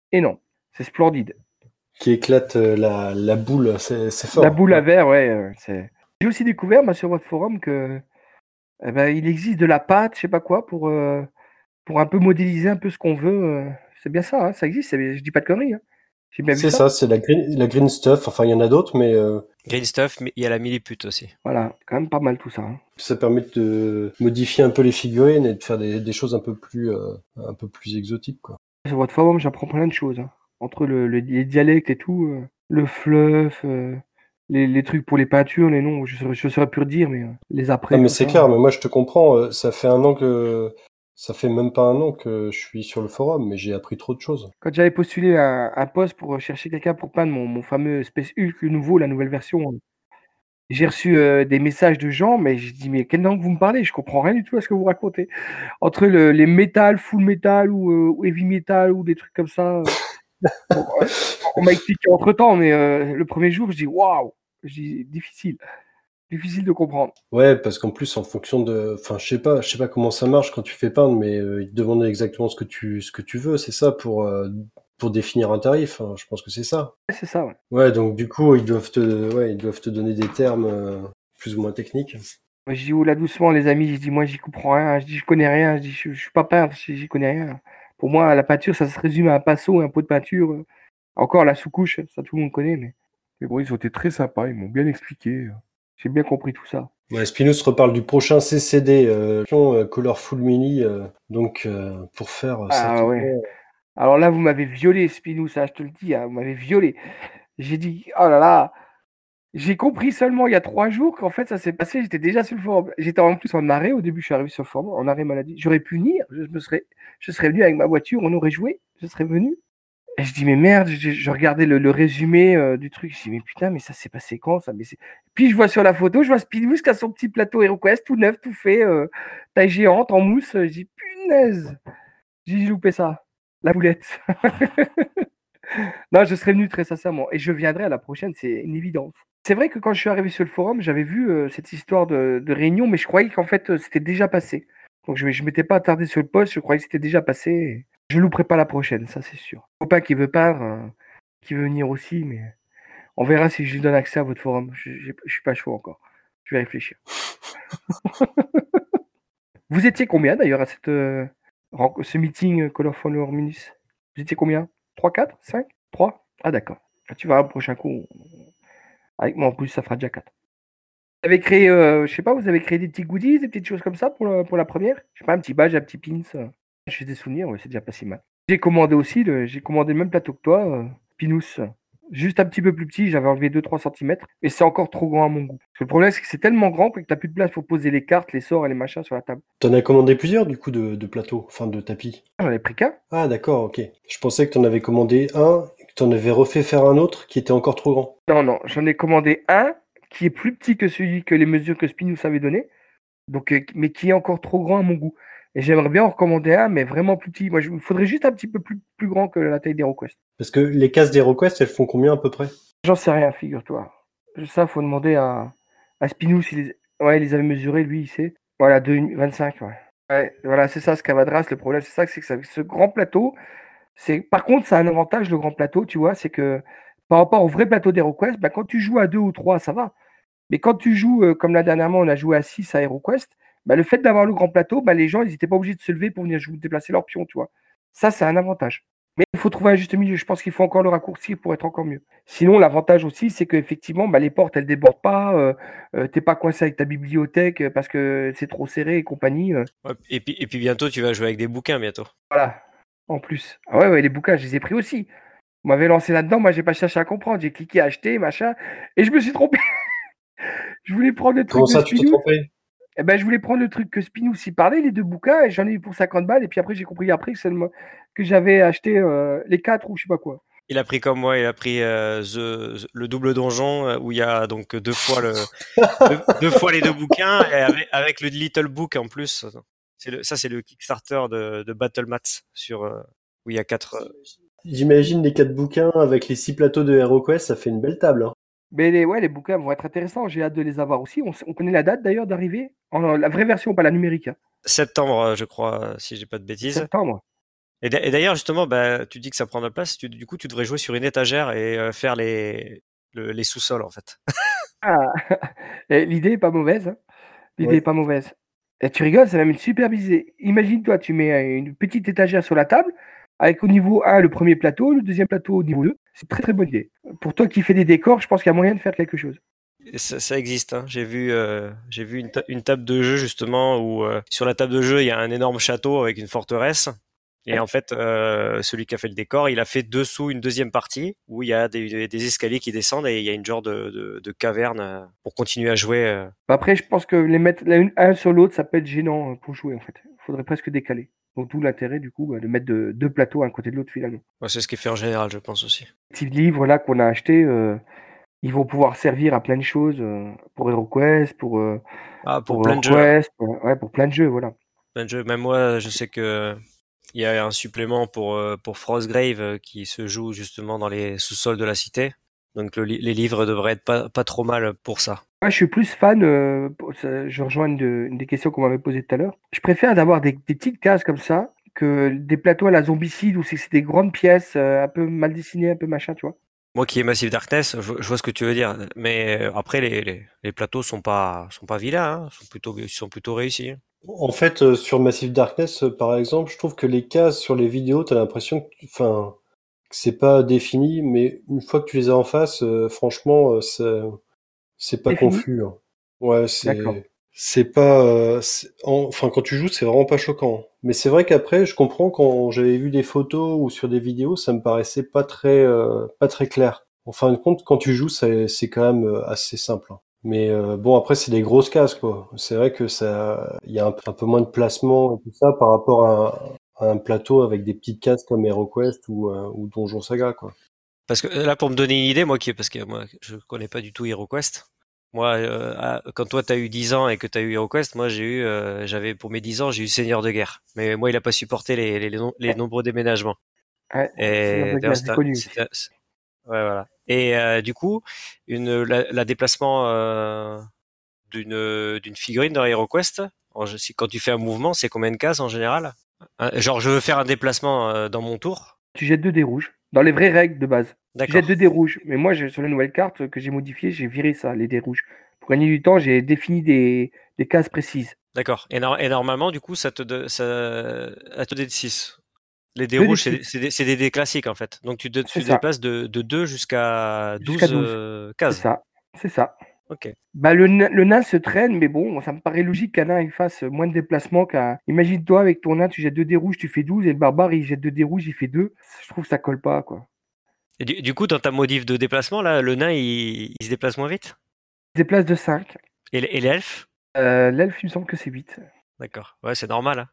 et non. C'est splendide. Qui éclate euh, la, la boule, c'est c'est fort. La boule à verre, ouais. euh, c'est... J'ai aussi découvert moi, sur votre forum que eh ben, il existe de la pâte, je sais pas quoi, pour, euh, pour un peu modéliser un peu ce qu'on veut. euh. C'est bien ça, hein, ça existe. c'est- Je dis pas de conneries. Hein. J'ai bien vu C'est ça. ça, c'est la green, la green stuff. Enfin, il y en a d'autres, mais euh, Green stuff, mais il y a la millipute aussi. Voilà, quand même pas mal tout ça. Hein. ça permet de modifier un peu les figurines et de faire des, des choses un peu plus, euh, un peu plus exotiques, quoi. Sur votre forum, j'apprends plein de choses. Hein. Entre le, le- les dialectes et tout, euh, le fluff, euh, les, les trucs pour les peintures, les noms, je saurais, je saurais plus redire, mais euh, les Ah, après, mais tout c'est ça. clair, mais moi je te comprends. euh, Ça fait un an que, ça fait même pas un an que je suis sur le forum, mais j'ai appris trop de choses. Quand j'avais postulé un, un poste pour chercher quelqu'un pour peindre mon, mon fameux Space Hulk nouveau, la nouvelle version, j'ai reçu euh, des messages de gens, mais je dis, mais quelle langue vous me parlez? Je comprends rien du tout à ce que vous racontez. Entre le, les métal, full metal ou, euh, ou heavy metal ou des trucs comme ça. euh, bon, euh, on m'a expliqué entre temps, mais euh, le premier jour, je dis, waouh! Je dis, difficile. Difficile de comprendre. Ouais, parce qu'en plus, en fonction de, enfin, je sais pas, je sais pas comment ça marche quand tu fais peindre, mais euh, ils te demandent exactement ce que tu, ce que tu veux, c'est ça pour, euh, pour définir un tarif. Hein, je pense que c'est ça. Ouais, c'est ça, ouais. Ouais, donc du coup, ils doivent te, ouais, ils doivent te donner des termes euh, plus ou moins techniques. Moi, je dis, oh là, doucement, les amis. Je dis, moi, j'y comprends rien. Je dis, je connais rien. Je dis, je, je suis pas peintre. Je dis, j'y connais rien. Pour moi, la peinture, ça se résume à un pinceau, un pot de peinture. euh. Encore la sous-couche, ça, tout le monde connaît, mais. Mais bon, ils ont été très sympas. Ils m'ont bien expliqué. J'ai bien compris tout ça. Ouais, Spinous reparle du prochain C C D, euh, euh, Colorful Mini, euh, donc euh, pour faire euh, Ah ouais. certainement. Alors là, vous m'avez violé, Spinou, ça, je te le dis. Hein, vous m'avez violé. J'ai dit, oh là là. J'ai compris seulement il y a trois jours qu'en fait ça s'est passé, j'étais déjà sur le forum. J'étais en plus en arrêt au début, je suis arrivé sur le forum, en arrêt maladie. J'aurais pu venir, je me serais, je serais venu avec ma voiture, on aurait joué, je serais venu. Et je dis mais merde, je, je regardais le, le résumé euh, du truc, je dis mais putain, mais ça s'est passé quand ça mais c'est... Puis je vois sur la photo, je vois Speedboost qui a son petit plateau HeroQuest tout neuf, tout fait, euh, taille géante, en mousse. Je dis punaise, j'ai loupé ça, la boulette. Non, je serais venu très sincèrement et je viendrai à la prochaine, c'est une évidence. C'est vrai que quand je suis arrivé sur le forum, j'avais vu euh, cette histoire de, de réunion, mais je croyais qu'en fait euh, c'était déjà passé. Donc je ne m'étais pas attardé sur le poste, je croyais que c'était déjà passé. et Je ne louperai pas la prochaine, ça c'est sûr. Un copain qui veut peindre, euh, qui veut venir aussi, mais on verra si je lui donne accès à votre forum. Je ne suis pas chaud encore. Je vais réfléchir. Vous étiez combien d'ailleurs à cette, euh, ren- ce meeting euh, Colorful Minis? Vous étiez combien? Trois, quatre, cinq, trois? Ah d'accord. Ah, tu vas au prochain coup. Avec moi en plus, ça fera déjà quatre. Vous avez créé, euh, je sais pas, vous avez créé des petits goodies, des petites choses comme ça pour, la- pour la première? Je sais pas, un petit badge, un petit pins. euh. J'ai des souvenirs, ouais, c'est déjà pas si mal. J'ai commandé aussi, le- j'ai commandé le même plateau que toi, euh, Pinous. Juste un petit peu plus petit, j'avais enlevé deux trois centimètres, et c'est encore trop grand à mon goût. Parce que le problème, c'est que c'est tellement grand que t'as plus de place pour poser les cartes, les sorts et les machins sur la table. T'en as commandé plusieurs du coup de, de plateaux, enfin de tapis. Ah, j'en ai pris qu'un. Ah d'accord, ok. Je pensais que t'en avais commandé un, et que t'en avais refait faire un autre qui était encore trop grand. Non, non, j'en ai commandé un qui est plus petit que celui que les mesures que Spinous avait donné, donc, euh, mais qui est encore trop grand à mon goût. Et j'aimerais bien en recommander un, mais vraiment plus petit. Moi, il faudrait juste un petit peu plus, plus grand que la taille des HeroQuest. Parce que les cases d'HeroQuest, elles font combien à peu près? J'en sais rien, figure-toi. Ça, faut demander à, à Spinous. Il les... Ouais, il les avait mesurés, lui, il sait. Voilà, deux virgule vingt-cinq, ouais. Ouais, voilà, c'est ça, ce Cavadras. Le problème, c'est ça, c'est que ça- ce grand plateau, c'est... Par contre, ça a un avantage, le grand plateau, tu vois, c'est que par rapport au vrai plateau d'HeroQuest, bah, quand tu joues à deux ou trois, ça va. Mais quand tu joues, euh, comme là dernièrement, on a joué à six à HeroQuest, bah, le fait d'avoir le grand plateau, bah, les gens, ils n'étaient pas obligés de se lever pour venir jouer, déplacer leur pion, tu vois. Ça, c'est un avantage. Mais il faut trouver un juste milieu. Je pense qu'il faut encore le raccourcir pour être encore mieux. Sinon, l'avantage aussi, c'est qu'effectivement, bah, les portes, elles ne débordent pas. Euh, euh, tu n'es pas coincé avec ta bibliothèque euh, parce que c'est trop serré et compagnie. euh. Ouais, et, puis, et puis bientôt, tu vas jouer avec des bouquins bientôt. Voilà, en plus. Ah ouais, ouais, les bouquins, je les ai pris aussi. Vous m'avez lancé là-dedans, moi, j'ai pas cherché à comprendre. J'ai cliqué acheter, machin, et je me suis trompé. Je voulais prendre le truc Comment de ça, tu t'es Spinous. trompé? Eh ben, je voulais prendre le truc que Spinous y parlait, les deux bouquins, et j'en ai eu pour cinquante balles. Et puis après, j'ai compris après que, c'est le- que j'avais acheté euh, les quatre ou je sais pas quoi. Il a pris comme moi, il a pris euh, The- le double donjon euh, où il y a donc deux fois, le, deux, deux fois les deux bouquins et avec, avec le Little Book en plus. C'est le, ça, c'est le Kickstarter de, de Battle Mats sur, euh, où il y a quatre. euh, J'imagine les quatre bouquins avec les six plateaux de HeroQuest, ça fait une belle table. Hein. Mais les, ouais, les bouquins vont être intéressants. J'ai hâte de les avoir aussi. On, s- on connaît la date d'ailleurs d'arrivée. En- La vraie version, pas la numérique. Hein. septembre, euh, je crois, euh, si j'ai pas de bêtises. Septembre. Et d'a- et d'ailleurs, justement, bah, tu dis que ça prend de la place. Tu- du coup, tu devrais jouer sur une étagère et euh, faire les, le- les sous-sols, en fait. Ah, et l'idée est pas mauvaise, hein. L'idée est Ouais. pas mauvaise. Et tu rigoles, c'est même une super idée. Imagine-toi, tu mets euh, une petite étagère sur la table, avec au niveau un le premier plateau, le deuxième plateau au niveau deux. C'est une très très bonne idée. Pour toi qui fais des décors, je pense qu'il y a moyen de faire quelque chose. Et Ça, ça existe, hein. J'ai vu, euh, j'ai vu une, ta- une table de jeu, justement, où euh, sur la table de jeu, il y a un énorme château avec une forteresse. Et Ouais. en fait, euh, celui qui a fait le décor, il a fait dessous une deuxième partie où il y a des, des escaliers qui descendent et il y a une genre de, de, de caverne euh, pour continuer à jouer. euh. Bah après, je pense que les mettre l'un un sur l'autre, ça peut être gênant euh, pour jouer en fait. Il faudrait presque décaler. Donc d'où l'intérêt du coup bah, de mettre de- deux plateaux à un côté de l'autre finalement. Ouais, c'est ce qui est fait en général, je pense aussi. Les petits livres là qu'on a achetés, euh, ils vont pouvoir servir à plein de choses euh, pour HeroQuest, pour euh, Ah, pour pour plein de jeux, hein. HeroQuest, pour, ouais, pour plein de jeux, voilà. Plein de jeux. Même moi, je sais que il y a un supplément pour, euh, pour Frostgrave euh, qui se joue justement dans les sous-sols de la cité. Donc le li- les livres devraient être pas, pas trop mal pour ça. Moi, je suis plus fan, euh, pour- ça- je rejoins une, de- une des questions qu'on m'avait posées tout à l'heure. Je préfère d'avoir des, des petites cases comme ça que des plateaux à la zombicide où c'est c'est des grandes pièces, euh, un peu mal dessinées, un peu machin, tu vois. Moi qui ai Massive Darkness, je, je vois ce que tu veux dire. Mais euh, après, les, les, les plateaux sont pas, sont pas vilains, hein. Sont plutôt, ils sont plutôt réussis. En fait, euh, sur Massive Darkness, euh, par exemple, je trouve que les cases sur les vidéos, t'as l'impression que, tu- enfin, que c'est pas défini, mais une fois que tu les as en face, euh, franchement, euh, c'est c'est pas Défini? confus, hein. Ouais, D'accord. c'est c'est pas, euh, c'est- en- enfin, quand tu joues, c'est vraiment pas choquant. Mais c'est vrai qu'après, je comprends quand j'avais vu des photos ou sur des vidéos, ça me paraissait pas très, euh, pas très clair. En fin de compte, quand tu joues, c'est c'est quand même euh, assez simple, hein. Mais euh, bon, après, c'est des grosses cases, quoi. C'est vrai que ça, il y a un, un peu moins de placement et tout ça par rapport à un, à un plateau avec des petites cases comme HeroQuest ou, euh, ou Donjon Saga, quoi. Parce que euh, là, pour me donner une idée, moi qui, parce que moi, je connais pas du tout HeroQuest. Moi, euh, à- quand toi t'as eu dix ans et que t'as eu HeroQuest, moi j'ai eu, euh, j'avais pour mes dix ans, j'ai eu Seigneur de guerre. Mais moi, il a pas supporté les, les, les, nom- les nombreux déménagements. Ouais, Seigneur Et de d'ailleurs, guerre, j'ai c'était, un- connu aussi. c'était, c'est- ouais, voilà. Et euh, du coup, une, la, la déplacement euh, d'une d'une figurine dans HeroQuest, en- si- quand tu fais un mouvement, c'est combien de cases en général? Hein, genre, je veux faire un déplacement euh, dans mon tour. Tu jettes deux dés rouges, dans les vraies règles de base. Tu jettes D'accord. deux dés rouges. Mais moi, j'ai- sur la nouvelle carte que j'ai modifiée, j'ai viré ça, les dés rouges. Pour gagner du temps, j'ai défini des, des cases précises. D'accord. Et, nor- et normalement, du coup, ça te, de- ça, à te dé de six. Les dés Deux dés rouges, de c'est six, des, c'est des- c'est des dés classiques, en fait. Donc, tu, te- c'est tu ça. déplaces de, de deux jusqu'à Jusqu'à douze douze. euh, C'est cases. ça. C'est ça. Ok. Bah, le, nain- le nain se traîne, mais bon, ça me paraît logique qu'un nain il fasse moins de déplacements qu'un. Imagine-toi, avec ton nain, tu jettes deux dés rouges, tu fais douze, et le barbare, il jette deux dés rouges, il fait deux. Je trouve que ça colle pas, quoi. Et du, du coup, dans ta modif de déplacement, là, le nain, il, il se déplace moins vite? Il se déplace de cinq. Et, l- et l'elfe? Euh, l'elfe, il me semble que c'est huit. D'accord. Ouais, c'est normal, hein.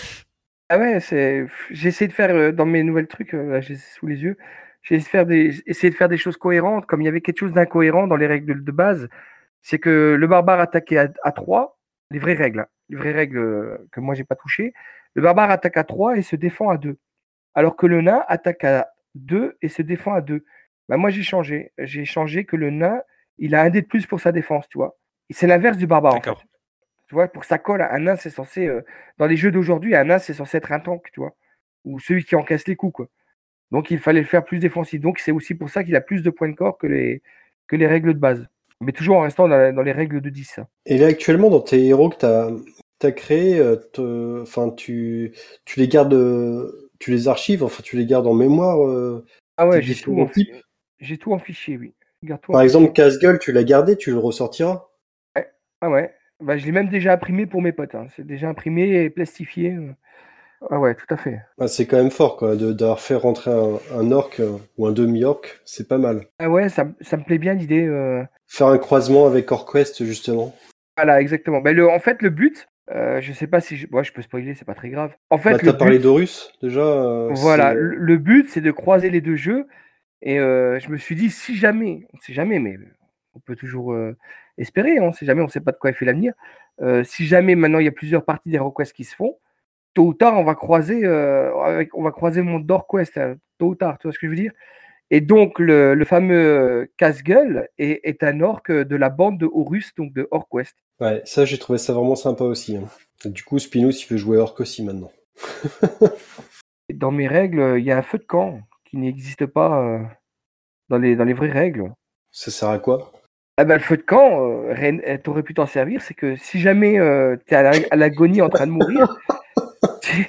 Ah ouais, c'est. J'ai essayé de faire euh, dans mes nouvelles trucs, euh, là, j'ai sous les yeux. J'ai essayé de faire des... essayé de faire des choses cohérentes. Comme il y avait quelque chose d'incohérent dans les règles de, de base, c'est que le barbare attaquait à, à trois, les vraies règles, hein, les vraies règles euh, que moi j'ai pas touchées. Le barbare attaque à trois et se défend à deux. Alors que le nain attaque à deux et se défend à deux. Bah moi j'ai changé. J'ai changé que le nain, il a un dé de plus pour sa défense, tu vois. Et c'est l'inverse du barbare en fait. D'accord. Tu vois, pour que ça colle, un nain, c'est censé. euh, dans les jeux d'aujourd'hui, un nain, c'est censé être un tank, tu vois. Ou celui qui encaisse les coups, quoi. Donc il fallait le faire plus défensif. Donc c'est aussi pour ça qu'il a plus de points de corps que les, que les règles de base. Mais toujours en restant dans, la- dans les règles de dix, hein. Et là, actuellement, dans tes héros que t'as t'as créés, euh, te- enfin, tu, tu les gardes, euh, tu les archives, enfin, tu les gardes en mémoire, euh, Ah tes ouais, j'ai tout, différents en, fi- types. j'ai tout en fichier, oui. Je garde tout en Par fichier. exemple, casse-gueule, tu l'as gardé, tu le ressortiras. Ouais. Ah ouais. Bah, je l'ai même déjà imprimé pour mes potes, hein. C'est déjà imprimé et plastifié. euh. Ah ouais, tout à fait. Ah, c'est quand même fort, quoi, de d'avoir fait rentrer un, un orc euh, ou un demi-orc, c'est pas mal. Ah ouais, ça, m- ça me plaît bien l'idée. euh. Faire un croisement avec Orquest, justement. Voilà, exactement. Ben, le, en fait, le but, euh, je sais pas si je, ouais, je peux spoiler, c'est pas très grave. En Bah, fait, le t'as parlé but, d'Horus, déjà, euh, c'est... voilà, le, le but, c'est de croiser les deux jeux. Et euh, je me suis dit, si jamais, on sait jamais, mais on peut toujours euh, espérer, hein, si jamais, on sait pas de quoi est fait l'avenir. Euh, si jamais maintenant il y a plusieurs parties des requests qui se font, tôt ou tard, on va croiser, euh, avec, on va croiser le monde d'Orquest, hein, tôt ou tard, tu vois ce que je veux dire? Et donc, le, le fameux euh, casse-gueule est, est un orc de la bande de Horus, donc de Orquest. Ouais, ça, j'ai trouvé ça vraiment sympa aussi, hein. Et du coup, Spinous, il veut jouer orc aussi, maintenant. Dans mes règles, il y a un feu de camp qui n'existe pas euh, dans, les, dans les vraies règles. Ça sert à quoi? Ah ben, le feu de camp, euh, t'aurais pu t'en servir, c'est que si jamais euh, t'es à, la, à l'agonie en train de mourir, tu,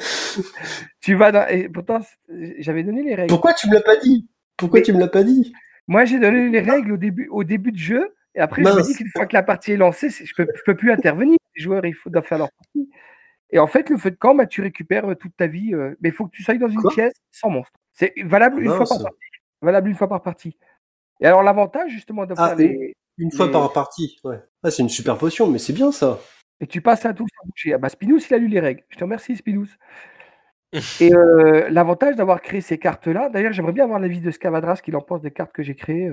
tu vas dans... Et pourtant, j'avais donné les règles. Pourquoi tu me l'as pas dit? Pourquoi Mais... tu me l'as pas dit? Moi, j'ai donné les règles au début, au début de jeu, et après, Mince. je me dis qu'une fois que la partie est lancée, je peux, je peux plus intervenir. Les joueurs, il faut doivent faire leur partie. Et en fait, le feu de camp, bah, tu récupères toute ta vie, euh, mais il faut que tu sois dans une Quoi pièce sans monstre. C'est valable une fois par partie. Valable une fois par partie. Et alors, l'avantage, justement, de faire ah, les... Une fois les... par partie, ouais. Ah, c'est une super potion, mais c'est bien, ça. Et tu passes à tout sans bouger. Ah bah, Spinous, il a lu les règles. Je te remercie, Spinous. Et euh, l'avantage d'avoir créé ces cartes-là, d'ailleurs, j'aimerais bien avoir l'avis de Scavadras, qu'il en pense des cartes que j'ai créées.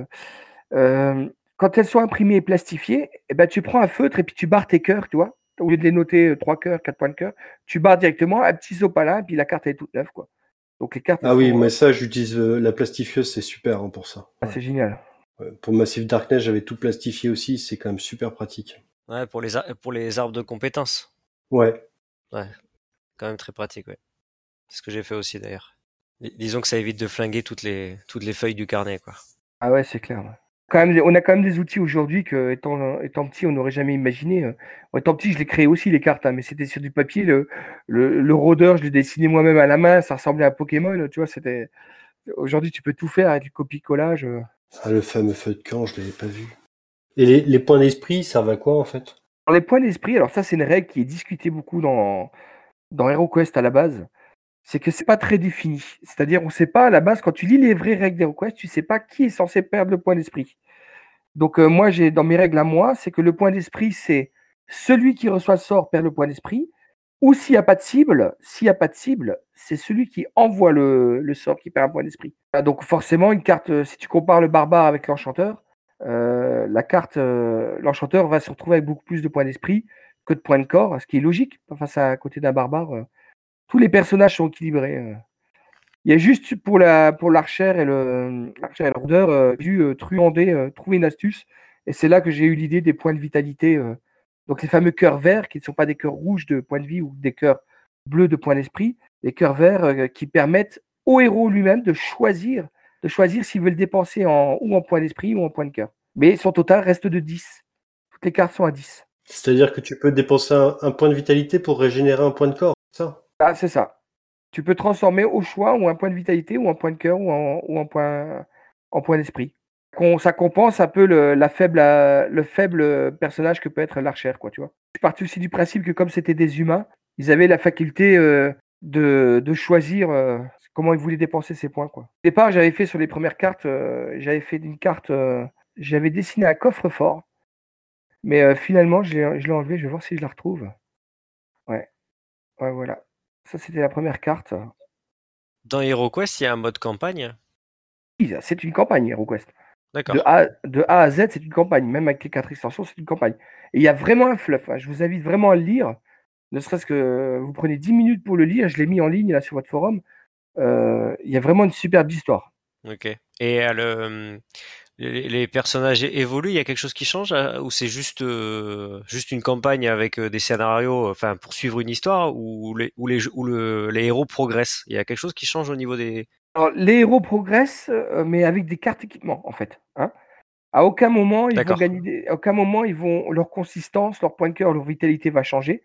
Euh, quand elles sont imprimées et plastifiées, eh ben, tu prends un feutre et puis tu barres tes cœurs, tu vois. Au lieu de les noter trois cœurs, quatre points de cœur, tu barres directement un petit sopalin et puis la carte elle est toute neuve, quoi. Donc les cartes. Ah oui, sont... mais ça, j'utilise euh, la plastifieuse, c'est super hein, pour ça. Ouais. Ah, c'est génial. Ouais, pour Massive Darkness, j'avais tout plastifié aussi, c'est quand même super pratique. Ouais, pour les, ar- pour les arbres de compétences. Ouais. Ouais, quand même très pratique, ouais. C'est ce que j'ai fait aussi d'ailleurs. D- disons que ça évite de flinguer toutes les, toutes les feuilles du carnet, quoi. Ah ouais, c'est clair. Ouais. Quand même, on a quand même des outils aujourd'hui que, étant, étant petit, on n'aurait jamais imaginé. Étant petit, je l'ai créé aussi, les cartes, hein, mais c'était sur du papier. Le, le, le rôdeur, je l'ai dessiné moi-même à la main, ça ressemblait à Pokémon, tu vois, c'était... Aujourd'hui, tu peux tout faire avec du copie-collage. Ah, le fameux feu de camp, je l'avais pas vu. Et les, les points d'esprit, servent à quoi, en fait? Alors, les points d'esprit, alors ça, c'est une règle qui est discutée beaucoup dans, dans HeroQuest à la base. C'est que c'est pas très défini. C'est-à-dire, on sait pas, à la base, quand tu lis les vraies règles d'HeroQuest, tu sais pas qui est censé perdre le point d'esprit. Donc, euh, moi, j'ai dans mes règles à moi, c'est que le point d'esprit, c'est celui qui reçoit le sort perd le point d'esprit, ou s'il n'y a pas de cible, s'il n'y a pas de cible, c'est celui qui envoie le, le sort qui perd un point d'esprit. Donc, forcément, une carte, si tu compares le barbare avec l'enchanteur, euh, la carte, euh, l'enchanteur va se retrouver avec beaucoup plus de points d'esprit que de points de corps, ce qui est logique face à, à côté d'un barbare. Euh, tous les personnages sont équilibrés. Euh. Il y a juste pour la pour l'archère et le l'archère et le rôdeur euh, dû euh, truander, euh, trouver une astuce. Et c'est là que j'ai eu l'idée des points de vitalité. Euh. Donc les fameux cœurs verts, qui ne sont pas des cœurs rouges de points de vie ou des cœurs bleus de points d'esprit, des cœurs verts euh, qui permettent au héros lui-même de choisir, de choisir s'il veut le dépenser en, ou en points d'esprit ou en points de cœur. Mais son total reste de dix. Toutes les cartes sont à dix. C'est-à-dire que tu peux dépenser un, un point de vitalité pour régénérer un point de corps, c'est ça? Ah, c'est ça. Tu peux transformer au choix ou un point de vitalité ou un point de cœur ou en, ou en point, en point d'esprit. Ça compense un peu le, la faible, le faible personnage que peut être l'archère, quoi, tu vois. Je suis parti aussi du principe que comme c'était des humains, ils avaient la faculté euh, de, de choisir euh, comment ils voulaient dépenser ces points, quoi. Au départ, j'avais fait sur les premières cartes, euh, j'avais fait une carte, euh, j'avais dessiné un coffre-fort, mais euh, finalement, je l'ai, je l'ai enlevé, je vais voir si je la retrouve. Ouais, ouais, voilà. Ça, c'était la première carte. Dans HeroQuest, il y a un mode campagne? Oui, c'est une campagne, HeroQuest. D'accord. De A, de A à Z, c'est une campagne. Même avec les quatre extensions, c'est une campagne. Et il y a vraiment un fluff. Hein. Je vous invite vraiment à le lire. Ne serait-ce que vous prenez dix minutes pour le lire. Je l'ai mis en ligne là sur votre forum. Euh, il y a vraiment une superbe histoire. Ok. Et euh, le, les, les personnages évoluent, il y a quelque chose qui change ou c'est juste, euh, juste une campagne avec euh, des scénarios, enfin pour suivre une histoire, ou les, ou les, ou le, les héros progressent? Il y a quelque chose qui change au niveau des... Alors, les héros progressent, euh, mais avec des cartes équipement, en fait. Hein. À aucun moment, ils D'accord. vont gagner des... à aucun moment, ils vont... leur consistance, leur point de cœur, leur vitalité va changer.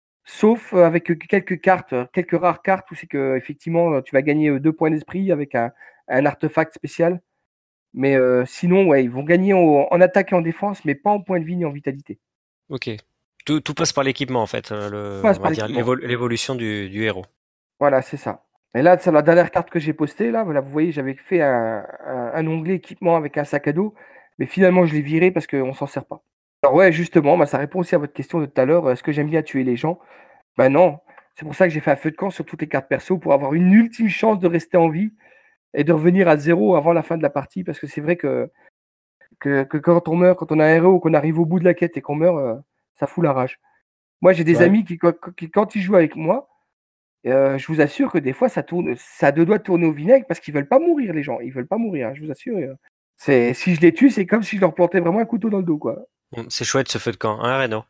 Sauf euh, avec quelques cartes, quelques rares cartes où c'est que effectivement tu vas gagner deux points d'esprit avec un, un artefact spécial. Mais euh, sinon, ouais, ils vont gagner en, en attaque et en défense, mais pas en points de vie ni en vitalité. Ok. Tout, tout passe par l'équipement en fait, le, Passe on par va dire l'équipement. l'évo- l'évolution du, du héros. Voilà, c'est ça. Et là, c'est la dernière carte que j'ai postée. Là, voilà, vous voyez, j'avais fait un, un, un onglet équipement avec un sac à dos, mais finalement, je l'ai viré parce qu'on s'en sert pas. Alors ouais, justement, bah, ça répond aussi à votre question de tout à l'heure. Est-ce que j'aime bien tuer les gens? Ben non. C'est pour ça que j'ai fait un feu de camp sur toutes les cartes perso pour avoir une ultime chance de rester en vie et de revenir à zéro avant la fin de la partie. Parce que c'est vrai que, que, que quand on meurt, quand on a un héros, qu'on arrive au bout de la quête et qu'on meurt, euh, ça fout la rage. Moi, j'ai des Ouais. amis qui, qui, quand ils jouent avec moi, euh, je vous assure que des fois, ça tourne, ça a deux doigts de tourner au vinaigre parce qu'ils veulent pas mourir, les gens. Ils veulent pas mourir, hein, je vous assure. C'est, si je les tue, c'est comme si je leur plantais vraiment un couteau dans le dos, quoi. C'est chouette ce feu de camp, hein, Reno?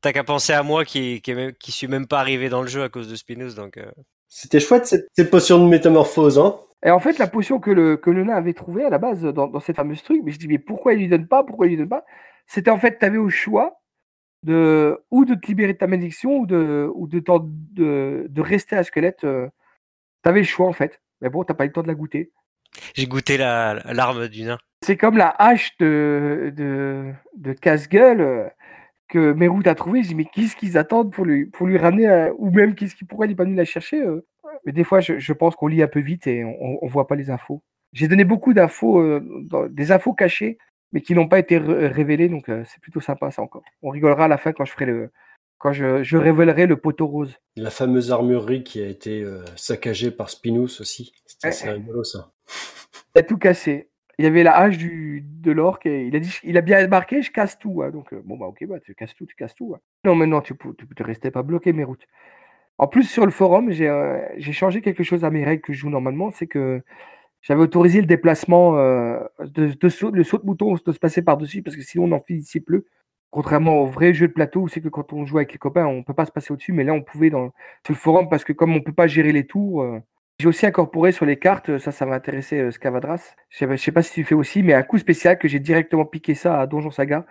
t'as qu'à penser à moi qui, qui, est même- qui suis même pas arrivé dans le jeu à cause de Spinous. Donc, euh, C'était chouette cette, cette potion de métamorphose, hein. Et en fait, la potion que le, que le nain avait trouvée à la base dans, dans cette fameuse truc, mais je dis, mais pourquoi il lui donne pas Pourquoi il lui donne pas C'était en fait, tu avais au choix de, ou de te libérer de ta malédiction, ou de, ou de, t'en- de, de rester à squelette. euh, Tu avais le choix, en fait. Mais bon, t'as pas eu le temps de la goûter. j'ai goûté la, l'arme du nain. C'est comme la hache de, de, de casse-gueule euh, que Merut a trouvé. Je dis, mais qu'est-ce qu'ils attendent pour lui, pour lui ramener, à- ou même qu'est-ce qui pourrait il est pas venu la chercher euh Mais des fois, je, je pense qu'on lit un peu vite et on, on voit pas les infos. J'ai donné beaucoup d'infos, euh, dans- des infos cachées, mais qui n'ont pas été ré- révélées, donc euh, c'est plutôt sympa ça encore. On rigolera à la fin quand je ferai le, quand je, je révélerai le poteau rose. La fameuse armurerie qui a été euh, saccagée par Spinous aussi. C'était assez Ouais. rigolo ça. Il a tout cassé. Il y avait la hache du, de l'orque et il a dit, il a bien marqué, je casse tout. hein. Donc, euh, bon, bah, ok, bah, tu casses tout, tu casses tout. hein. Non, mais non, tu ne tu, tu restais pas bloqué, mes routes. En plus, sur le forum, j'ai euh, j'ai changé quelque chose à mes règles que je joue normalement. C'est que j'avais autorisé le déplacement, euh, de, de saut, le saut de mouton, de se passer par-dessus, parce que sinon, on en finissait plus. Contrairement au vrai jeu de plateau, où c'est que quand on joue avec les copains, on peut pas se passer au-dessus. Mais là, on pouvait dans, sur le forum, parce que comme on peut pas gérer les tours. euh, j'ai aussi incorporé sur les cartes, ça, ça va intéresser euh, Scavadras. Je sais, pas- je sais pas si tu fais aussi, mais un coup spécial que j'ai directement piqué ça à Donjon Saga.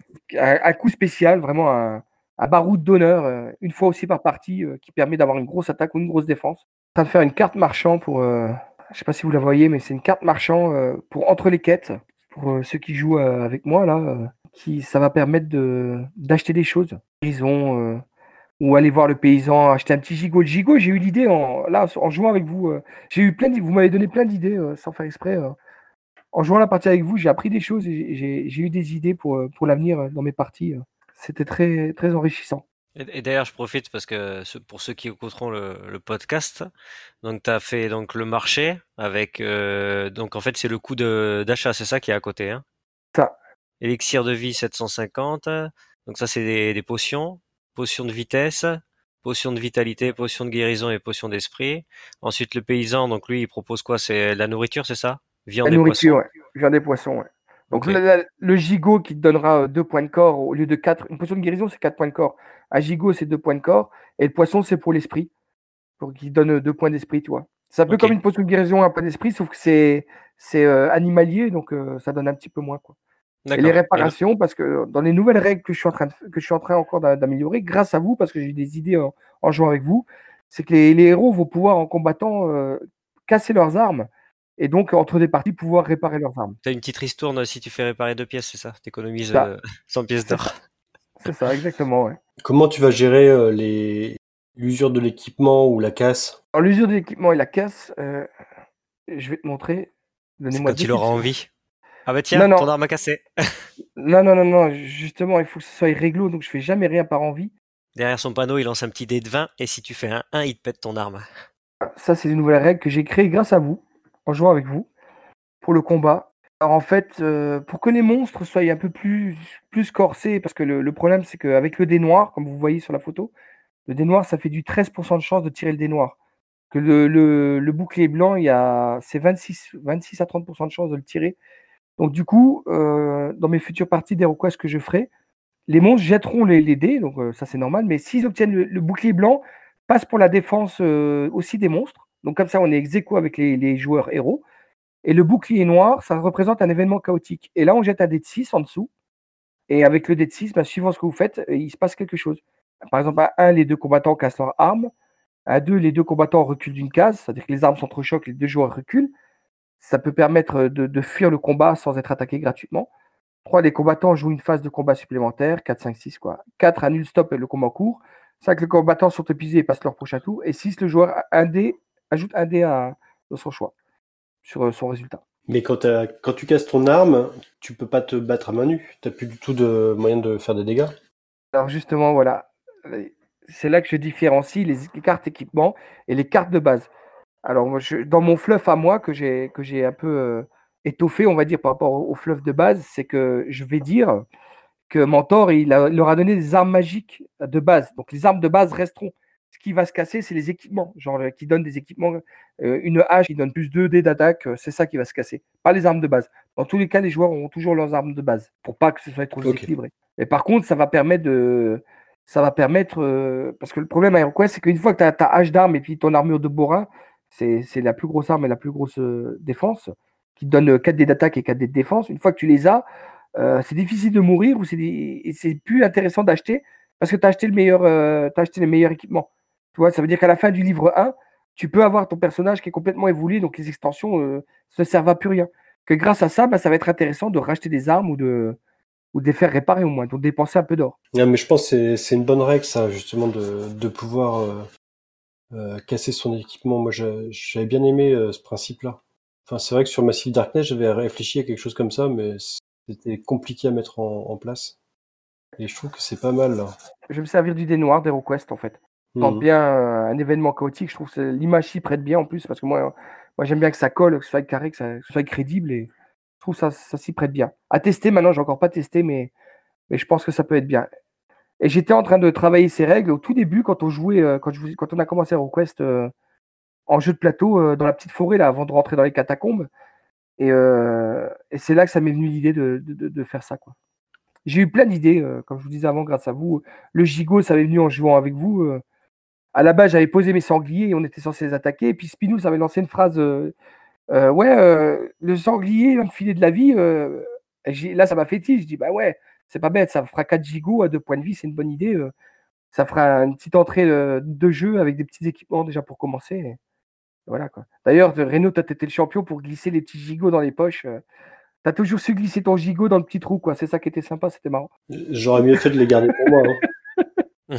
Un, un coup spécial, vraiment un, un baroud d'honneur, euh, une fois aussi par partie, euh, qui permet d'avoir une grosse attaque ou une grosse défense. Je suis en train de faire une carte marchand pour. Euh, je sais pas si vous la voyez, mais c'est une carte marchand euh, pour entre les quêtes, pour euh, ceux qui jouent euh, avec moi là, euh, qui ça va permettre de d'acheter des choses. Ils ont euh, ou aller voir le paysan, acheter un petit gigot. Le gigot, j'ai eu l'idée en, là, en jouant avec vous. euh, j'ai eu plein d'idées, vous m'avez donné plein d'idées euh, sans faire exprès. euh. En jouant la partie avec vous, j'ai appris des choses et j'ai, j'ai eu des idées pour, euh, pour l'avenir euh, dans mes parties. euh. C'était très, très enrichissant. Et, et d'ailleurs, je profite parce que ce- pour ceux qui écouteront le, le podcast, donc tu as fait donc le marché avec euh, donc en fait c'est le coût de d'achat, c'est ça qui est à côté, hein. Ça, Élixir de vie sept cent cinquante, donc ça c'est des, des potions, potions de vitesse, potions de vitalité, potions de guérison et potions d'esprit. Ensuite le paysan, donc lui il propose quoi? C'est la nourriture, c'est ça? la Viande et nourriture, poisson. ouais. Viande des poissons, ouais. Donc Ok. le, la- le gigot qui te donnera euh, deux points de corps au lieu de quatre. Une potion de guérison, c'est quatre points de corps. Un gigot, c'est deux points de corps. Et le poisson, c'est pour l'esprit. Pour qu'il donne euh, deux points d'esprit, tu vois. C'est un peu Ok. comme une potion de guérison, un point d'esprit, sauf que c'est, c'est euh, animalier, donc euh, ça donne un petit peu moins, quoi. Et les D'accord. Et donc- réparations, parce que dans les nouvelles règles que je suis en train, de, que je suis en train encore d'a- d'améliorer, grâce à vous, parce que j'ai eu des idées en, en jouant avec vous, c'est que les, les héros vont pouvoir, en combattant, euh, casser leurs armes, et donc, entre des parties, pouvoir réparer leurs armes. T'as une petite ristourne si tu fais réparer deux pièces, c'est ça? T'économises Ça, euh, cent pièces c'est d'or. ça, c'est ça, exactement, ouais. Comment tu vas gérer euh, les l'usure de l'équipement ou la casse? Alors, l'usure de l'équipement et la casse, euh, je vais te montrer. C'est Donnez-moi quand deux il aura petites secondes. envie. Ah bah tiens, Non, non, ton arme a cassé. non, non, non, non, justement, il faut que ce soit réglo, donc je fais jamais rien par envie. Derrière son panneau, il lance un petit dé de vingt et si tu fais un un, il te pète ton arme. Ça, c'est des nouvelles règles que j'ai créées grâce à vous, en jouant avec vous, pour le combat. Alors en fait, euh, pour que les monstres soient un peu plus, plus corsés, parce que le, le problème, c'est qu'avec le dé noir, comme vous voyez sur la photo, le dé noir, ça fait du treize pour cent de chance de tirer le dé noir. Que le, le, le bouclier blanc, il y a, c'est vingt-six, vingt-six à trente pour cent de chance de le tirer. Donc du coup, euh, dans mes futures parties d'HeroQuest que je ferai, les monstres jetteront les, les dés, donc euh, ça c'est normal, mais s'ils obtiennent le, le bouclier blanc, passe pour la défense euh, aussi des monstres. Donc comme ça, on est ex aequo avec les, les joueurs héros. Et le bouclier noir, ça représente un événement chaotique. Et là, on jette un dé de six en dessous. Et avec le dé de six, bah, suivant ce que vous faites, euh, il se passe quelque chose. Par exemple, à un, les deux combattants cassent leurs armes. À deux, les deux combattants reculent d'une case, c'est-à-dire que les armes s'entrechoquent, les deux joueurs reculent. Ça peut permettre de, de fuir le combat sans être attaqué gratuitement. trois, les combattants jouent une phase de combat supplémentaire. quatre, cinq, six, quoi. quatre, annule stop et le combat en court. cinq, les combattants sont épuisés et passent leur prochain tour. Et six, le joueur un dé, ajoute un dé à, à son choix sur euh, son résultat. Mais quand, t'as- quand tu casses ton arme, tu peux pas te battre à main nue. T'as plus du tout de moyen de faire des dégâts. Alors justement, voilà, c'est là que je différencie les, les cartes équipement et les cartes de base. Alors moi, je- dans mon fluff à moi que j'ai que j'ai un peu euh, étoffé, on va dire par rapport au, au fluff de base, c'est que je vais dire que Mentor il, a- il leur a donné des armes magiques de base. Donc les armes de base resteront. Ce qui va se casser, c'est les équipements, genre euh, qui donnent des équipements. Euh, une hache qui donne plus deux dés d'attaque, euh, c'est ça qui va se casser, pas les armes de base. Dans tous les cas, les joueurs auront toujours leurs armes de base pour pas que ce soit trop Ok. déséquilibré. Et par contre, ça va permettre de ça va permettre. euh, parce que le problème à HeroQuest, c'est qu'une fois que tu as ta hache d'armes et puis ton armure de bourrin, c'est c'est la plus grosse arme et la plus grosse euh, défense, qui te donne euh, quatre dés d'attaque et quatre dés de défense. Une fois que tu les as, euh, c'est difficile de mourir ou c'est des- et c'est plus intéressant d'acheter parce que tu as acheté, le meilleur, euh, t'as acheté les meilleurs équipements. Tu vois, ça veut dire qu'à la fin du livre un, tu peux avoir ton personnage qui est complètement évolué, donc les extensions euh, ne servent à plus rien. Que grâce à ça, bah, ça va être intéressant de racheter des armes ou de, ou de les faire réparer au moins, donc dépenser un peu d'or. Non, mais je pense que c'est, c'est une bonne règle, ça, justement, de, de pouvoir euh, euh, casser son équipement. Moi, j'a- j'avais bien aimé euh, ce principe-là. Enfin, c'est vrai que sur Massive Darkness, j'avais réfléchi à quelque chose comme ça, mais c'était compliqué à mettre en, en place. Et je trouve que c'est pas mal, là. Je vais me servir du dé noir d'HeroQuest en fait. Je tente Mhm. bien euh, un événement chaotique, je trouve que l'image s'y prête bien en plus, parce que moi, moi j'aime bien que ça colle, que ce soit carré, que, ça, que ce soit crédible, et je trouve que ça, ça s'y prête bien. À tester maintenant, j'ai encore pas testé, mais, mais je pense que ça peut être bien. Et j'étais en train de travailler ces règles au tout début, quand on jouait, euh, quand, je, vous- quand on a commencé HeroQuest euh, en jeu de plateau, euh, dans la petite forêt, là, avant de rentrer dans les catacombes. Et, euh, et c'est là que ça m'est venu l'idée de, de, de- de faire ça, quoi. J'ai eu plein d'idées, euh, comme je vous disais avant, grâce à vous. Le gigot, ça m'est venu en jouant avec vous. euh. À la base, j'avais posé mes sangliers et on était censé les attaquer. Et puis Spinous avait lancé une phrase euh, euh, ouais, euh, le sanglier va me filer de la vie. euh. Et j'ai- Là, ça m'a fait tilt. Je dis bah ouais, c'est pas bête, ça fera quatre gigots à deux points de vie, c'est une bonne idée. euh. Ça fera une petite entrée euh, de jeu avec des petits équipements déjà pour commencer. Et voilà, quoi. D'ailleurs, Reno, toi, t'étais le champion pour glisser les petits gigots dans les poches. euh. T'as toujours su glisser ton gigot dans le petit trou, quoi. C'est ça qui était sympa, c'était marrant. J'aurais mieux fait de les garder pour moi, hein.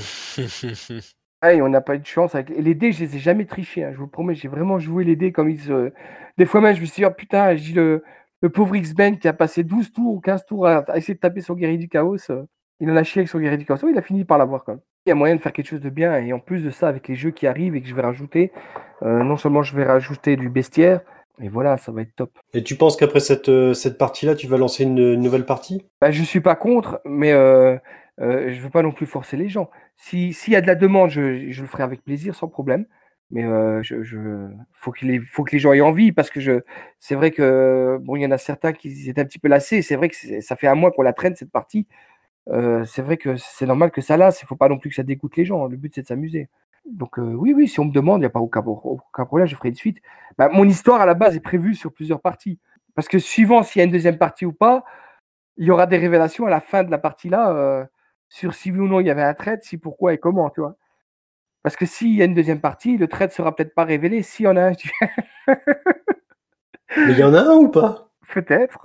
Ah, et on n'a pas eu de chance avec et les dés, je les ai jamais trichés, hein, je vous le promets, j'ai vraiment joué les dés comme ils se. Des fois même, je me suis dit, oh putain, je dis le, le pauvre X-Ben qui a passé douze tours ou quinze tours à, à essayer de taper son guerrier du chaos, euh, il en a chié avec son guerrier du chaos. Oh, il a fini par l'avoir quand même. Il y a moyen de faire quelque chose de bien, et en plus de ça, avec les jeux qui arrivent et que je vais rajouter, euh, non seulement je vais rajouter du bestiaire, et voilà, ça va être top. Et tu penses qu'après cette, euh, cette partie-là, tu vas lancer une, une nouvelle partie? Bah, je suis pas contre, mais euh, euh, je veux pas non plus forcer les gens. Si, s'il y a de la demande, je, je le ferai avec plaisir, sans problème. Mais euh, je, je, faut qu'il ait- faut que les gens aient envie, parce que je, c'est vrai que bon, il y en a certains qui étaient un petit peu lassés. C'est vrai que c'est- ça fait un mois qu'on la traîne cette partie. Euh, c'est vrai que c'est normal que ça lasse. Il faut pas non plus que ça dégoûte les gens. Le but c'est de s'amuser. Donc euh, oui, oui, si on me demande, il n'y a pas aucun, aucun problème, je ferai une suite. Bah, mon histoire à la base est prévue sur plusieurs parties, parce que suivant s'il y a une deuxième partie ou pas, il y aura des révélations à la fin de la partie là euh, sur si oui ou non il y avait un trade, si pourquoi et comment, tu vois. Parce que s'il y a une deuxième partie, le trade sera peut-être pas révélé. S'il y en a un, je dis Mais il y en a un ou pas? peut-être,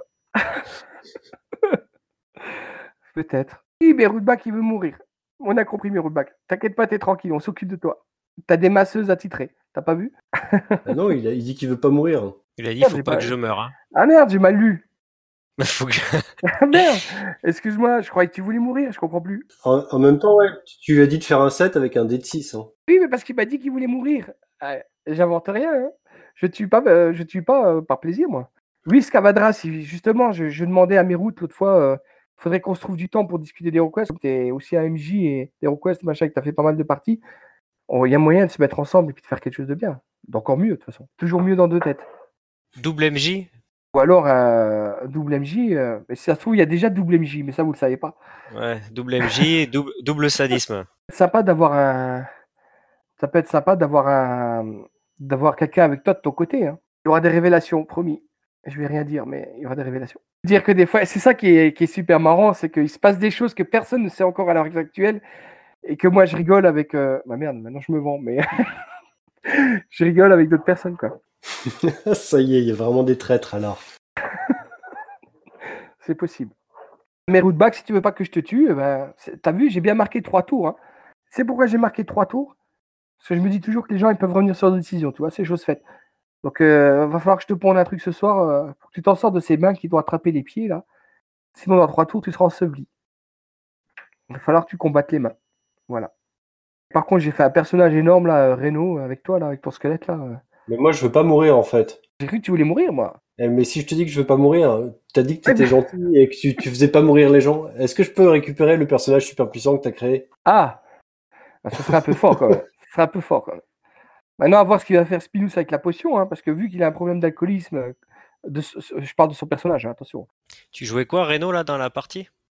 peut-être. Oui, mais Rudback, il veut mourir. On a compris, mais Rudback. T'inquiète pas, t'es tranquille, on s'auffice de toi. T'as des masseuses attitrées, t'as pas vu? Ah non, il, a, il dit qu'il veut pas mourir. Il a dit, Merde, faut j'ai pas pas- que je meure. Hein. Ah merde, j'ai mal lu. Faut que... Ah merde, excuse-moi, je croyais que tu voulais mourir, je comprends plus. En, en même temps, ouais, tu lui as dit de faire un set avec un dé de six. Hein. Oui, mais parce qu'il m'a dit qu'il voulait mourir. Ah, j'invente rien, hein. Je tue pas, euh, je tue pas euh, par plaisir, moi. Oui, Scavadras, il- justement, je, je demandais à mes routes l'autre fois, euh, faudrait qu'on se trouve du temps pour discuter des requests. Tu es aussi à M J et des requests, machin, que tu as fait pas mal de parties. Il y a moyen de se mettre ensemble et puis de faire quelque chose de bien. D'encore mieux, de toute façon. Toujours mieux dans deux têtes. Double M J. Ou alors un double M J. euh, mais si ça se trouve, il y a déjà double M J, mais ça, vous le savez pas. Ouais, double M J, double, double sadisme. C'est sympa d'avoir un. Ça peut être sympa d'avoir un. D'avoir quelqu'un avec toi de ton côté, hein. Il y aura des révélations, promis. Je vais rien dire, mais il y aura des révélations. Dire que des fois, c'est ça qui est, qui est super marrant, c'est qu'il se passe des choses que personne ne sait encore à l'heure actuelle, et que moi je rigole avec. Euh... Bah merde, maintenant je me vends, mais je rigole avec d'autres personnes, quoi. Ça y est, il y a vraiment des traîtres alors. C'est possible. Mais Rootback, si tu veux pas que je te tue, eh ben, c'est- t'as vu, j'ai bien marqué trois tours. Hein. C'est pourquoi j'ai marqué trois tours. Parce que je me dis toujours que les gens ils peuvent revenir sur leur décision, tu vois, c'est chose faite. Donc, il euh, va falloir que je te ponde un truc ce soir euh, pour que tu t'en sortes de ces mains qui t'ont attrapé les pieds, là. Sinon, dans trois tours, tu seras enseveli. Il va falloir que tu combattes les mains. Voilà. Par contre, j'ai fait un personnage énorme, là, euh, Reno, avec toi, là, avec ton squelette, là. euh. Mais moi, je veux pas mourir en fait. J'ai cru que tu voulais mourir, moi. Eh, Mais si je te dis que je veux pas mourir, t'as dit que Ouais, t'étais mais- gentil et que tu, tu faisais pas mourir les gens. Est-ce que je peux récupérer le personnage super puissant que t'as créé? Ah, bah, ce serait un peu fort, quand même. Ce serait un peu fort, quand même. Maintenant, à voir ce qu'il va faire Spinous avec la potion, hein, parce que vu qu'il a un problème d'alcoolisme, euh, de, je parle de son personnage, hein, attention. Tu jouais quoi, Reno, là, dans la partie?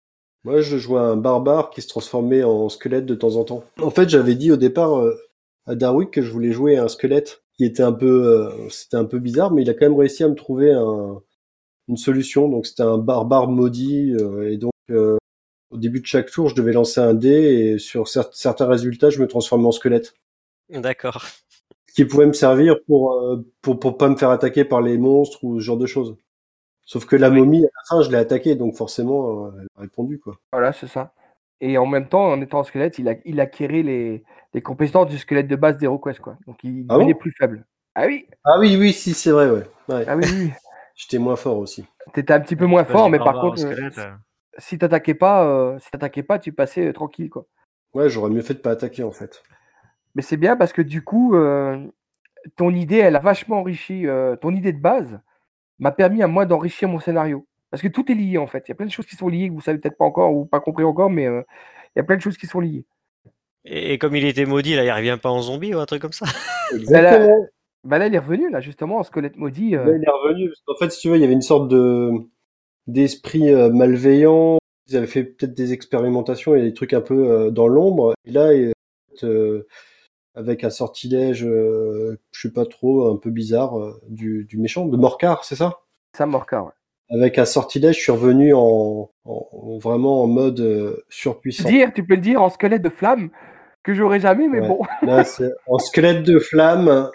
Moi, je jouais à un barbare qui se transformait en squelette de temps en temps. En fait, j'avais dit au départ euh, à Darwick que je voulais jouer à un squelette qui était un peu, euh, c'était un peu bizarre, mais il a quand même réussi à me trouver un, une solution. Donc, c'était un barbare maudit, euh, et donc euh, au début de chaque tour, je devais lancer un dé et sur cer- certains résultats, je me transformais en squelette. D'accord. Ce qui pouvait me servir pour, euh, pour pour pas me faire attaquer par les monstres ou ce genre de choses. Sauf que la Oui. momie, à la fin, je l'ai attaquée, donc forcément, euh, elle a répondu, quoi. Voilà, c'est ça. Et en même temps, en étant un squelette, il, a, il acquérait les, les compétences du squelette de base d'HeroQuest, quoi. Donc il Ah devenait bon? plus faible. Ah oui, Ah oui, oui, si, c'est vrai, ouais. Ouais. ah oui, oui. J'étais moins fort aussi. T'étais un petit peu Ouais, moins tu passes fort, du mais par barbare au contre, euh, squelette. euh. si t'attaquais pas, euh, si t'attaquais pas, tu passais euh, tranquille, quoi. Ouais, j'aurais mieux fait de pas attaquer, en fait. Mais c'est bien parce que du coup, euh, ton idée, elle a vachement enrichi. euh, ton idée de base m'a permis à moi d'enrichir mon scénario. Parce que tout est lié, en fait. Il y a plein de choses qui sont liées que vous savez peut-être pas encore ou pas compris encore, mais euh, il y a plein de choses qui sont liées. Et, et comme il était maudit, là, il revient pas en zombie ou un truc comme ça? Bah là, Exactement. bah là, il est revenu, là, justement, en squelette maudit. Là, euh, il est revenu. Parce qu'en fait, si tu veux, il y avait une sorte de d'esprit euh, malveillant. Ils avaient fait peut-être des expérimentations et des trucs un peu euh, dans l'ombre. Et là, et, euh, avec un sortilège, euh, je sais pas trop, un peu bizarre, euh, du, du méchant, de Morcar, c'est ça? Sam Morcar, ouais. Avec un sortilège, je suis revenu en, en- en- vraiment en mode euh, surpuissant. Dire, tu peux le dire en squelette de flamme, que j'aurais jamais, mais Ouais. bon. Là, c'est en squelette de flamme,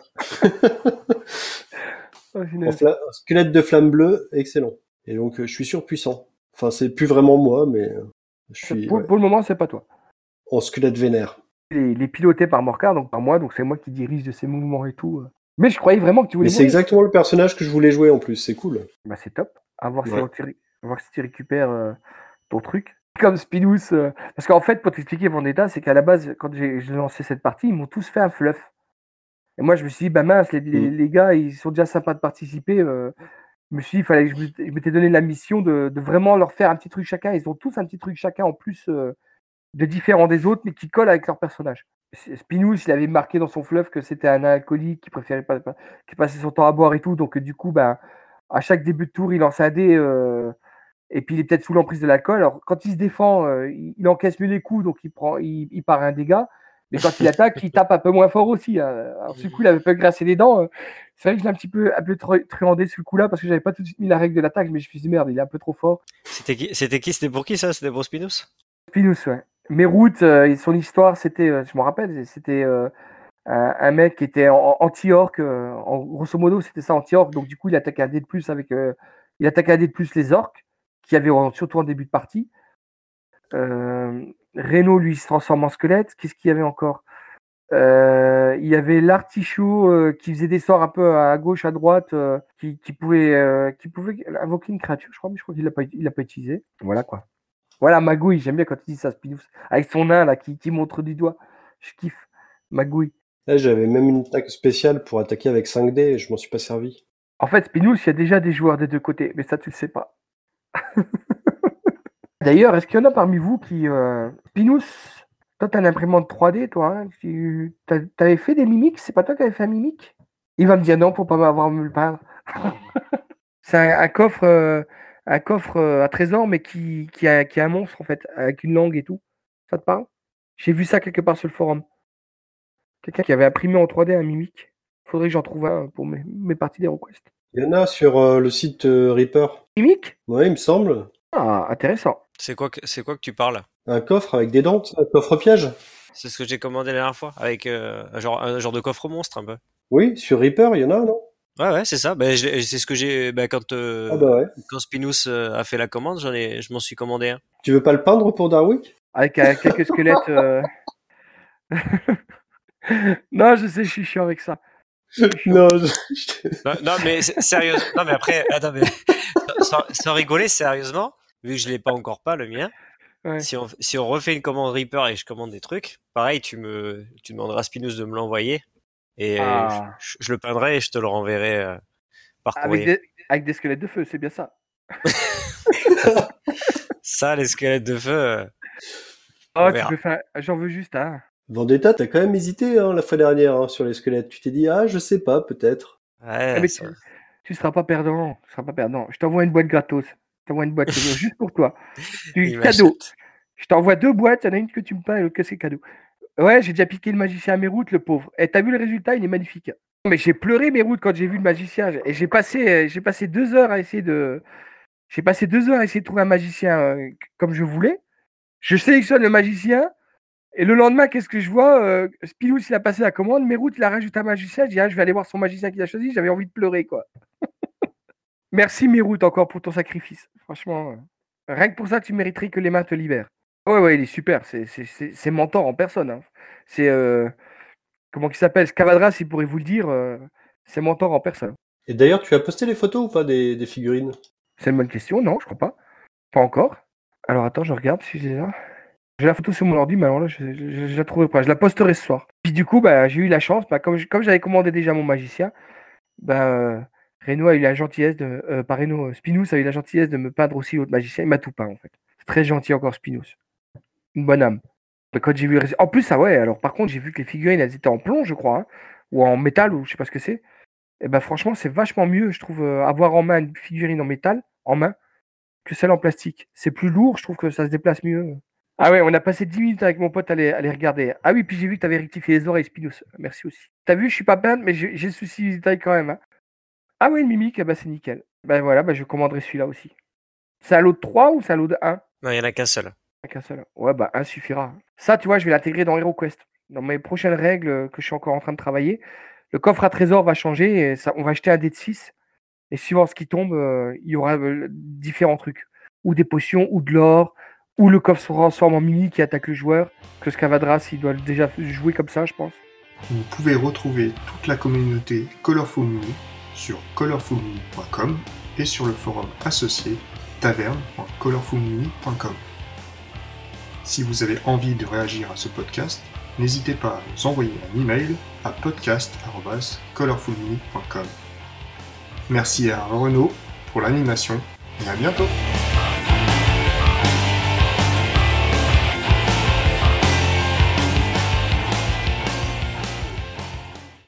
Oh, en punaise. fla- en squelette de flamme bleue, excellent. Et donc, euh, je suis surpuissant. Enfin, c'est plus vraiment moi, mais euh, je suis pour, ouais, pour le moment, c'est pas toi. en squelette vénère. Il est, il est piloté par Morcar, donc par moi, donc c'est moi qui dirige de ses mouvements et tout. euh. Mais je croyais vraiment que tu Mais voulais c'est mourir. exactement le personnage que je voulais jouer en plus, c'est cool. Bah, c'est top. À voir, si, Ouais. on te ré- à voir si tu récupères euh, ton truc. Comme Spinous. euh, Parce qu'en fait, pour t'expliquer Vendetta, c'est qu'à la base, quand j'ai j'ai lancé cette partie, ils m'ont tous fait un fluff. Et moi, je me suis dit, bah mince, les, les- Mm. les gars, ils sont déjà sympas de participer. euh, Je me suis dit, il fallait que je, me- je m'étais donné la mission de, de vraiment leur faire un petit truc chacun. Ils ont tous un petit truc chacun en plus euh, de différents des autres, mais qui colle avec leur personnage. S- Spinous, il avait marqué dans son fluff que c'était un alcoolique qui préférait pas, pas- qui passait son temps à boire et tout. Donc, euh, du coup, bah, à chaque début de tour, il lance un dé. euh, et puis, il est peut-être sous l'emprise de l'alcool. Alors, quand il se défend, euh, il, il encaisse mieux les coups, donc il, prend, il, il part un dégât. Mais quand il attaque, il tape un peu moins fort aussi. hein. Alors, du coup, il avait pas grassé les dents. euh, C'est vrai que je l'ai un petit peu, un peu tru- truandé ce coup-là parce que j'avais pas tout de suite mis la règle de l'attaque, mais je me suis dit merde, il est un peu trop fort. C'était qui? C'était qui? C'était pour qui ça? C'était pour Spinous? Spinous, ouais. Mehruth, euh, et son histoire, c'était, euh, je me rappelle, c'était euh, un, un mec qui était en- anti-orc. euh, en, grosso modo, c'était ça, anti-orc. Donc, du coup, il attaquait un dé de plus avec. euh, il attaquait un dé de plus les orcs, qui avaient en- surtout en début de partie. Euh, Reno, lui, il se transforme en squelette. Qu'est-ce qu'il y avait encore? Euh, il y avait l'artichaut euh, qui faisait des sorts un peu à gauche, à droite, euh, qui, qui pouvait, euh, qui pouvait invoquer une créature, je crois, mais je crois qu'il l'a pas, il l'a pas utilisé. Voilà quoi. Voilà, Magouille, j'aime bien quand il dit ça, Spinous. Avec son nain là, qui, qui montre du doigt. Je kiffe. Magouille. Là, j'avais même une attaque spéciale pour attaquer avec cinq dés et je m'en suis pas servi. En fait, Spinous, il y a déjà des joueurs des deux côtés, mais ça, tu le sais pas. D'ailleurs, est-ce qu'il y en a parmi vous qui. Euh... Spinous, toi, t'as une imprimante trois D, toi. Hein, tu t'as- t'avais fait des mimiques? C'est pas toi qui avais fait un mimique? Il va me dire non pour pas m'avoir me le peindre. C'est un, un coffre, euh, un coffre euh, à trésor, mais qui, qui, a, qui a un monstre, en fait, avec une langue et tout. Ça te parle? J'ai vu ça quelque part sur le forum. Quelqu'un qui avait imprimé en trois D un mimique. Faudrait que j'en trouve un pour mes, mes parties d'HeroQuest. Il y en a sur euh, le site euh, Reaper. Mimique? Ouais, il me semble. Ah, intéressant. C'est quoi que, c'est quoi que tu parles? Un coffre avec des dents, un coffre piège. C'est ce que j'ai commandé la dernière fois, avec euh, un, genre, un genre de coffre monstre un peu. Oui, sur Reaper, il y en a, non? Ouais, ouais, c'est ça. Ben, je l'ai- c'est ce que j'ai. Ben, quand, euh, Ah bah ouais. quand Spinous euh, a fait la commande, j'en ai, je m'en suis commandé un. Tu veux pas le peindre pour Darwick? Avec euh, quelques squelettes. euh, non, je sais, je suis chiant avec ça. Je suis chiant. Non, je- je te- Non, non, mais c'est- sérieusement. Non, mais après, attends, mais sans, sans rigoler, sérieusement, vu que je l'ai pas encore pas le mien. Ouais. Si on, si on refait une commande Reaper et je commande des trucs, pareil, tu me, tu demanderas à Spinous de me l'envoyer et Ah. je, je le peindrai et je te le renverrai euh, par Avec courrier. des, avec des squelettes de feu, c'est bien ça. Ça, les squelettes de feu. euh, Oh, On tu verra. peux faire. J'en veux juste un. Vendetta, t'as quand même hésité hein, la fois dernière hein, sur les squelettes. Tu t'es dit, ah, je sais pas, peut-être. Ouais, Ah, mais ça- tu, tu seras pas perdant. Tu seras pas perdant. Je t'envoie une boîte gratos. Je t'envoie une boîte cadeau juste pour toi. Du il cadeau. m'achète. Je t'envoie deux boîtes, il y en a une que tu me peins et l'autre que c'est cadeau. Ouais, j'ai déjà piqué le magicien à Meroute, le pauvre. Et t'as vu le résultat, il est magnifique. Mais j'ai pleuré Meroute quand j'ai vu le magicien. Et j'ai passé, j'ai passé deux heures à essayer de. J'ai passé deux heures à essayer de trouver un magicien euh, comme je voulais. Je sélectionne le magicien. Et le lendemain, qu'est-ce que je vois euh, Spinous, il a passé la commande. Meroute, il a rajouté un magicien. Je dis, ah, je vais aller voir son magicien qu'il a choisi. J'avais envie de pleurer, quoi. Merci Meroute encore pour ton sacrifice. Franchement, euh, rien que pour ça, tu mériterais que les mains te libèrent. Ouais, ouais, il est super. C'est, c'est, c'est, c'est mentor en personne. Hein. C'est. Euh, comment il s'appelle Scavadras, il pourrait vous le dire. Euh, c'est mentor en personne. Et d'ailleurs, tu as posté les photos ou pas des, des figurines? C'est une bonne question. Non, je crois pas. Pas encore. Alors attends, je regarde si j'ai là. J'ai la photo sur mon ordi, mais alors là, je, je, je la trouverai pas. Je la posterai ce soir. Puis du coup, bah, j'ai eu la chance. Bah, comme, je, comme j'avais commandé déjà mon magicien, bah, euh, Reno a eu la gentillesse de. Euh, pas Reno, euh, Spinous a eu la gentillesse de me peindre aussi l'autre magicien. Il m'a tout peint en fait. C'est très gentil encore, Spinous. Une bonne âme. Bah, quand j'ai vu. En plus, ça ouais. Alors par contre, j'ai vu que les figurines, elles étaient en plomb, je crois, hein, ou en métal, ou je sais pas ce que c'est. Et bah franchement, c'est vachement mieux, je trouve, euh, avoir en main une figurine en métal, en main, que celle en plastique. C'est plus lourd, je trouve que ça se déplace mieux. Ah ouais, on a passé dix minutes avec mon pote à les, à les regarder. Ah oui, puis j'ai vu que tu avais rectifié les oreilles, Spinous. Merci aussi. T'as vu, je suis pas peinte, mais j'ai, j'ai le souci du détail quand même. Hein. Ah oui, une mimique, eh bah c'est nickel. Bah voilà, bah je commanderai celui-là aussi. C'est un lot de trois ou c'est un lot de un? Non, il n'y en a qu'un seul. Qu'un seul. Ouais, bah un suffira. Ça, tu vois, je vais l'intégrer dans HeroQuest. Dans mes prochaines règles que je suis encore en train de travailler, le coffre à trésor va changer et ça, on va acheter un dé de six. Et suivant ce qui tombe, euh, il y aura euh, différents trucs. Ou des potions, ou de l'or, ou le coffre se transforme en mini qui attaque le joueur. Que Scavadras, il doit déjà jouer comme ça, je pense. Vous pouvez retrouver toute la communauté Colorful Mini sur colorful mini point com et sur le forum associé taverne point colorful mini point com. Si vous avez envie de réagir à ce podcast, n'hésitez pas à nous envoyer un email à podcast arobase colorful mini point com. Merci à Renaud pour l'animation et à bientôt.